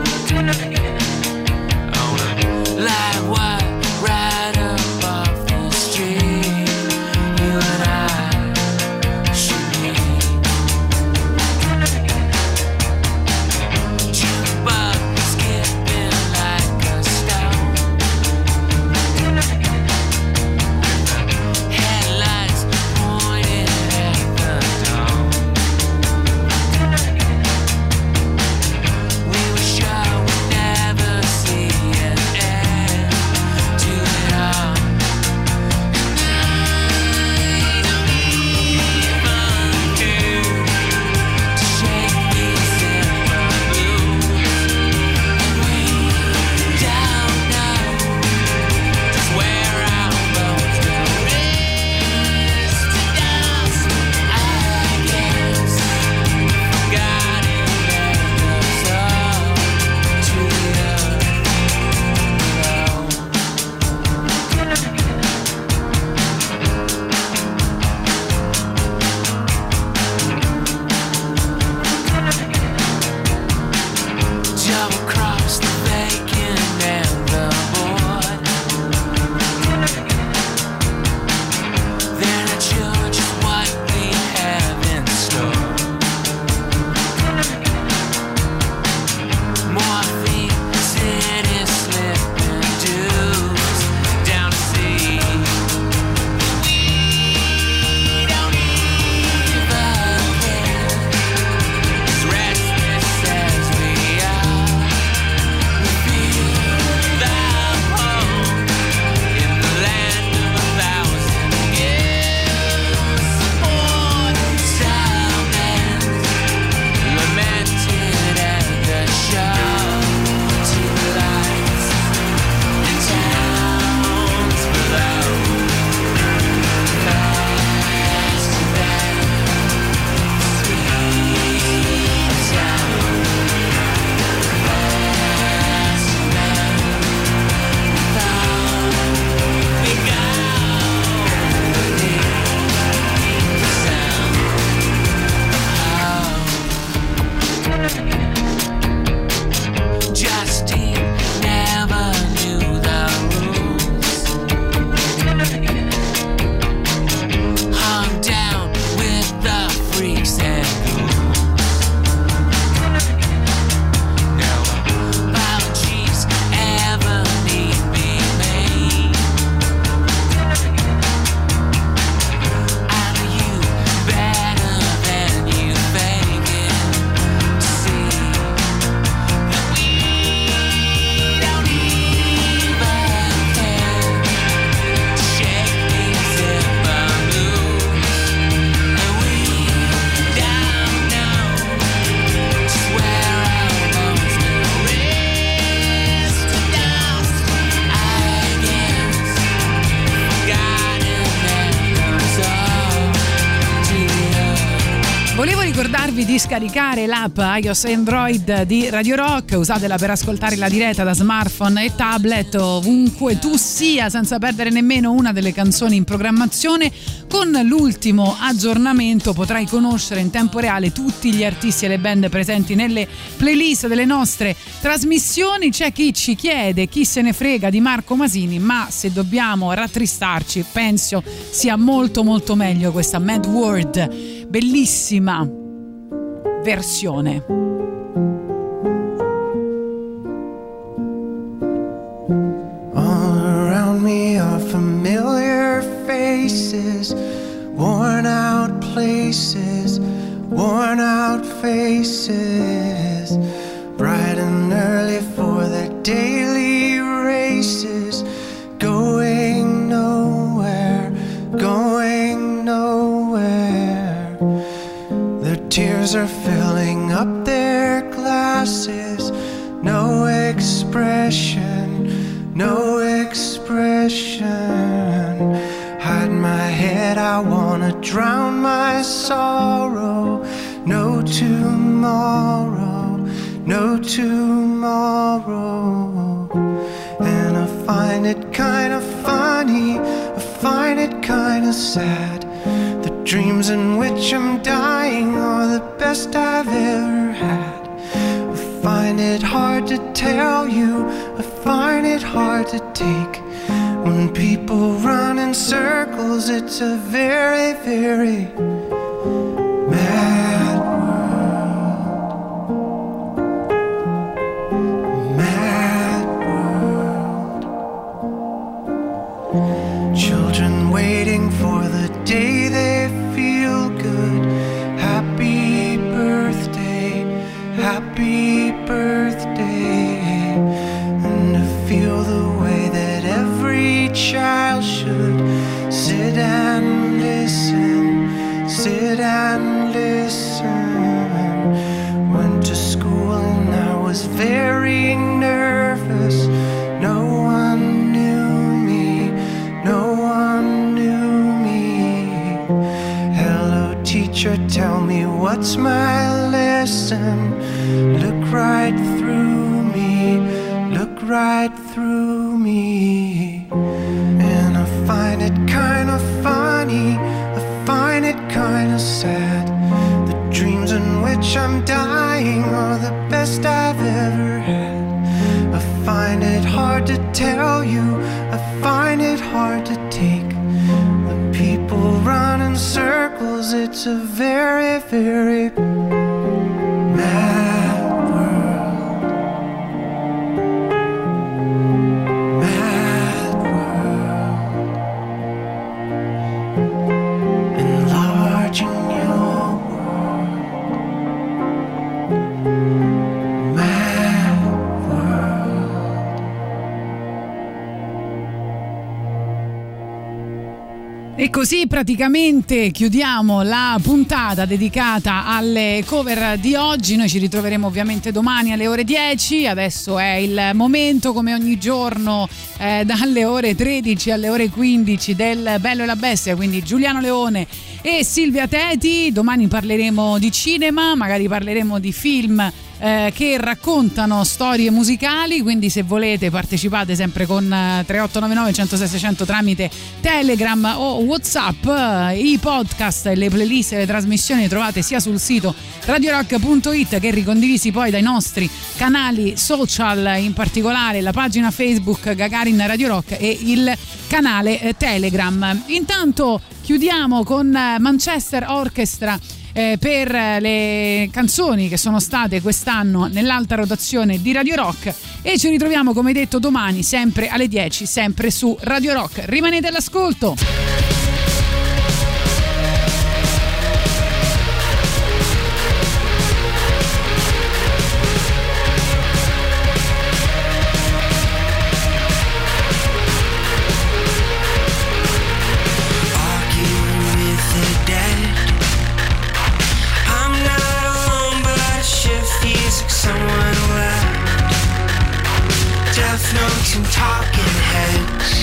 Speaker 13: Light wire right above the
Speaker 3: scaricare l'app iOS e Android di Radio Rock, usatela per ascoltare la diretta da smartphone e tablet ovunque tu sia, senza perdere nemmeno una delle canzoni in programmazione. Con l'ultimo aggiornamento potrai conoscere in tempo reale tutti gli artisti e le band presenti nelle playlist delle nostre trasmissioni. C'è chi ci chiede chi se ne frega di Marco Masini, ma se dobbiamo rattristarci penso sia molto molto meglio questa Mad World, bellissima versione.
Speaker 20: All around me are familiar faces, worn out places, worn out faces, bright and early for their daily races, going nowhere, going nowhere. Their tears are filling up their glasses, no expression, no expression. Hide my head, I wanna drown my sorrow. No tomorrow, no tomorrow. And I find it kind of funny, I find it kind of sad. The dreams in which I'm dying are the best I've ever had. I find it hard to tell you, I find it hard to take. When people run in circles, it's a very, very mad world. Mad world. Children waiting for the day they feel good. Happy birthday, happy birthday. And to feel the way that every child should sit and listen, sit and listen. Went to school and I was very nervous. No one knew me, no one knew me. Hello teacher, tell me what's my lesson. Look right through me, look right through me. And I find it kind of funny, I find it kind of sad. The dreams in which I'm dying are the best I've ever had. I find it hard to tell you, I find it hard to take. The people run in circles, it's a very, very mad world. Mad world. Enlarging your world. Mad world.
Speaker 3: E così praticamente chiudiamo la puntata dedicata alle cover di oggi. Noi ci ritroveremo ovviamente domani alle ore 10. Adesso è il momento, come ogni giorno, dalle ore 13 alle ore 15 del Bello e la Bestia, quindi Giuliano Leone e Silvia Teti. Domani parleremo di cinema, magari parleremo di film che raccontano storie musicali, quindi se volete partecipate sempre con 3899 106 600 tramite Telegram o WhatsApp. I podcast e le playlist e le trasmissioni le trovate sia sul sito radiorock.it che ricondivisi poi dai nostri canali social, in particolare la pagina Facebook Gagarin Radio Rock e il canale Telegram. Intanto chiudiamo con Manchester Orchestra per le canzoni che sono state quest'anno nell'alta rotazione di Radio Rock, e ci ritroviamo come detto domani sempre alle 10, sempre su Radio Rock. Rimanete all'ascolto.
Speaker 20: Notes and talking heads,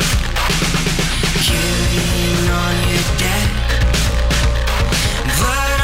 Speaker 20: killing on your dead. Blood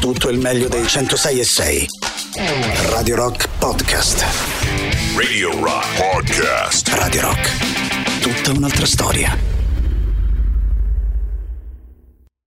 Speaker 1: tutto il meglio dei 106.6. Radio Rock Podcast.
Speaker 2: Radio Rock Podcast.
Speaker 1: Radio Rock. Tutta un'altra storia.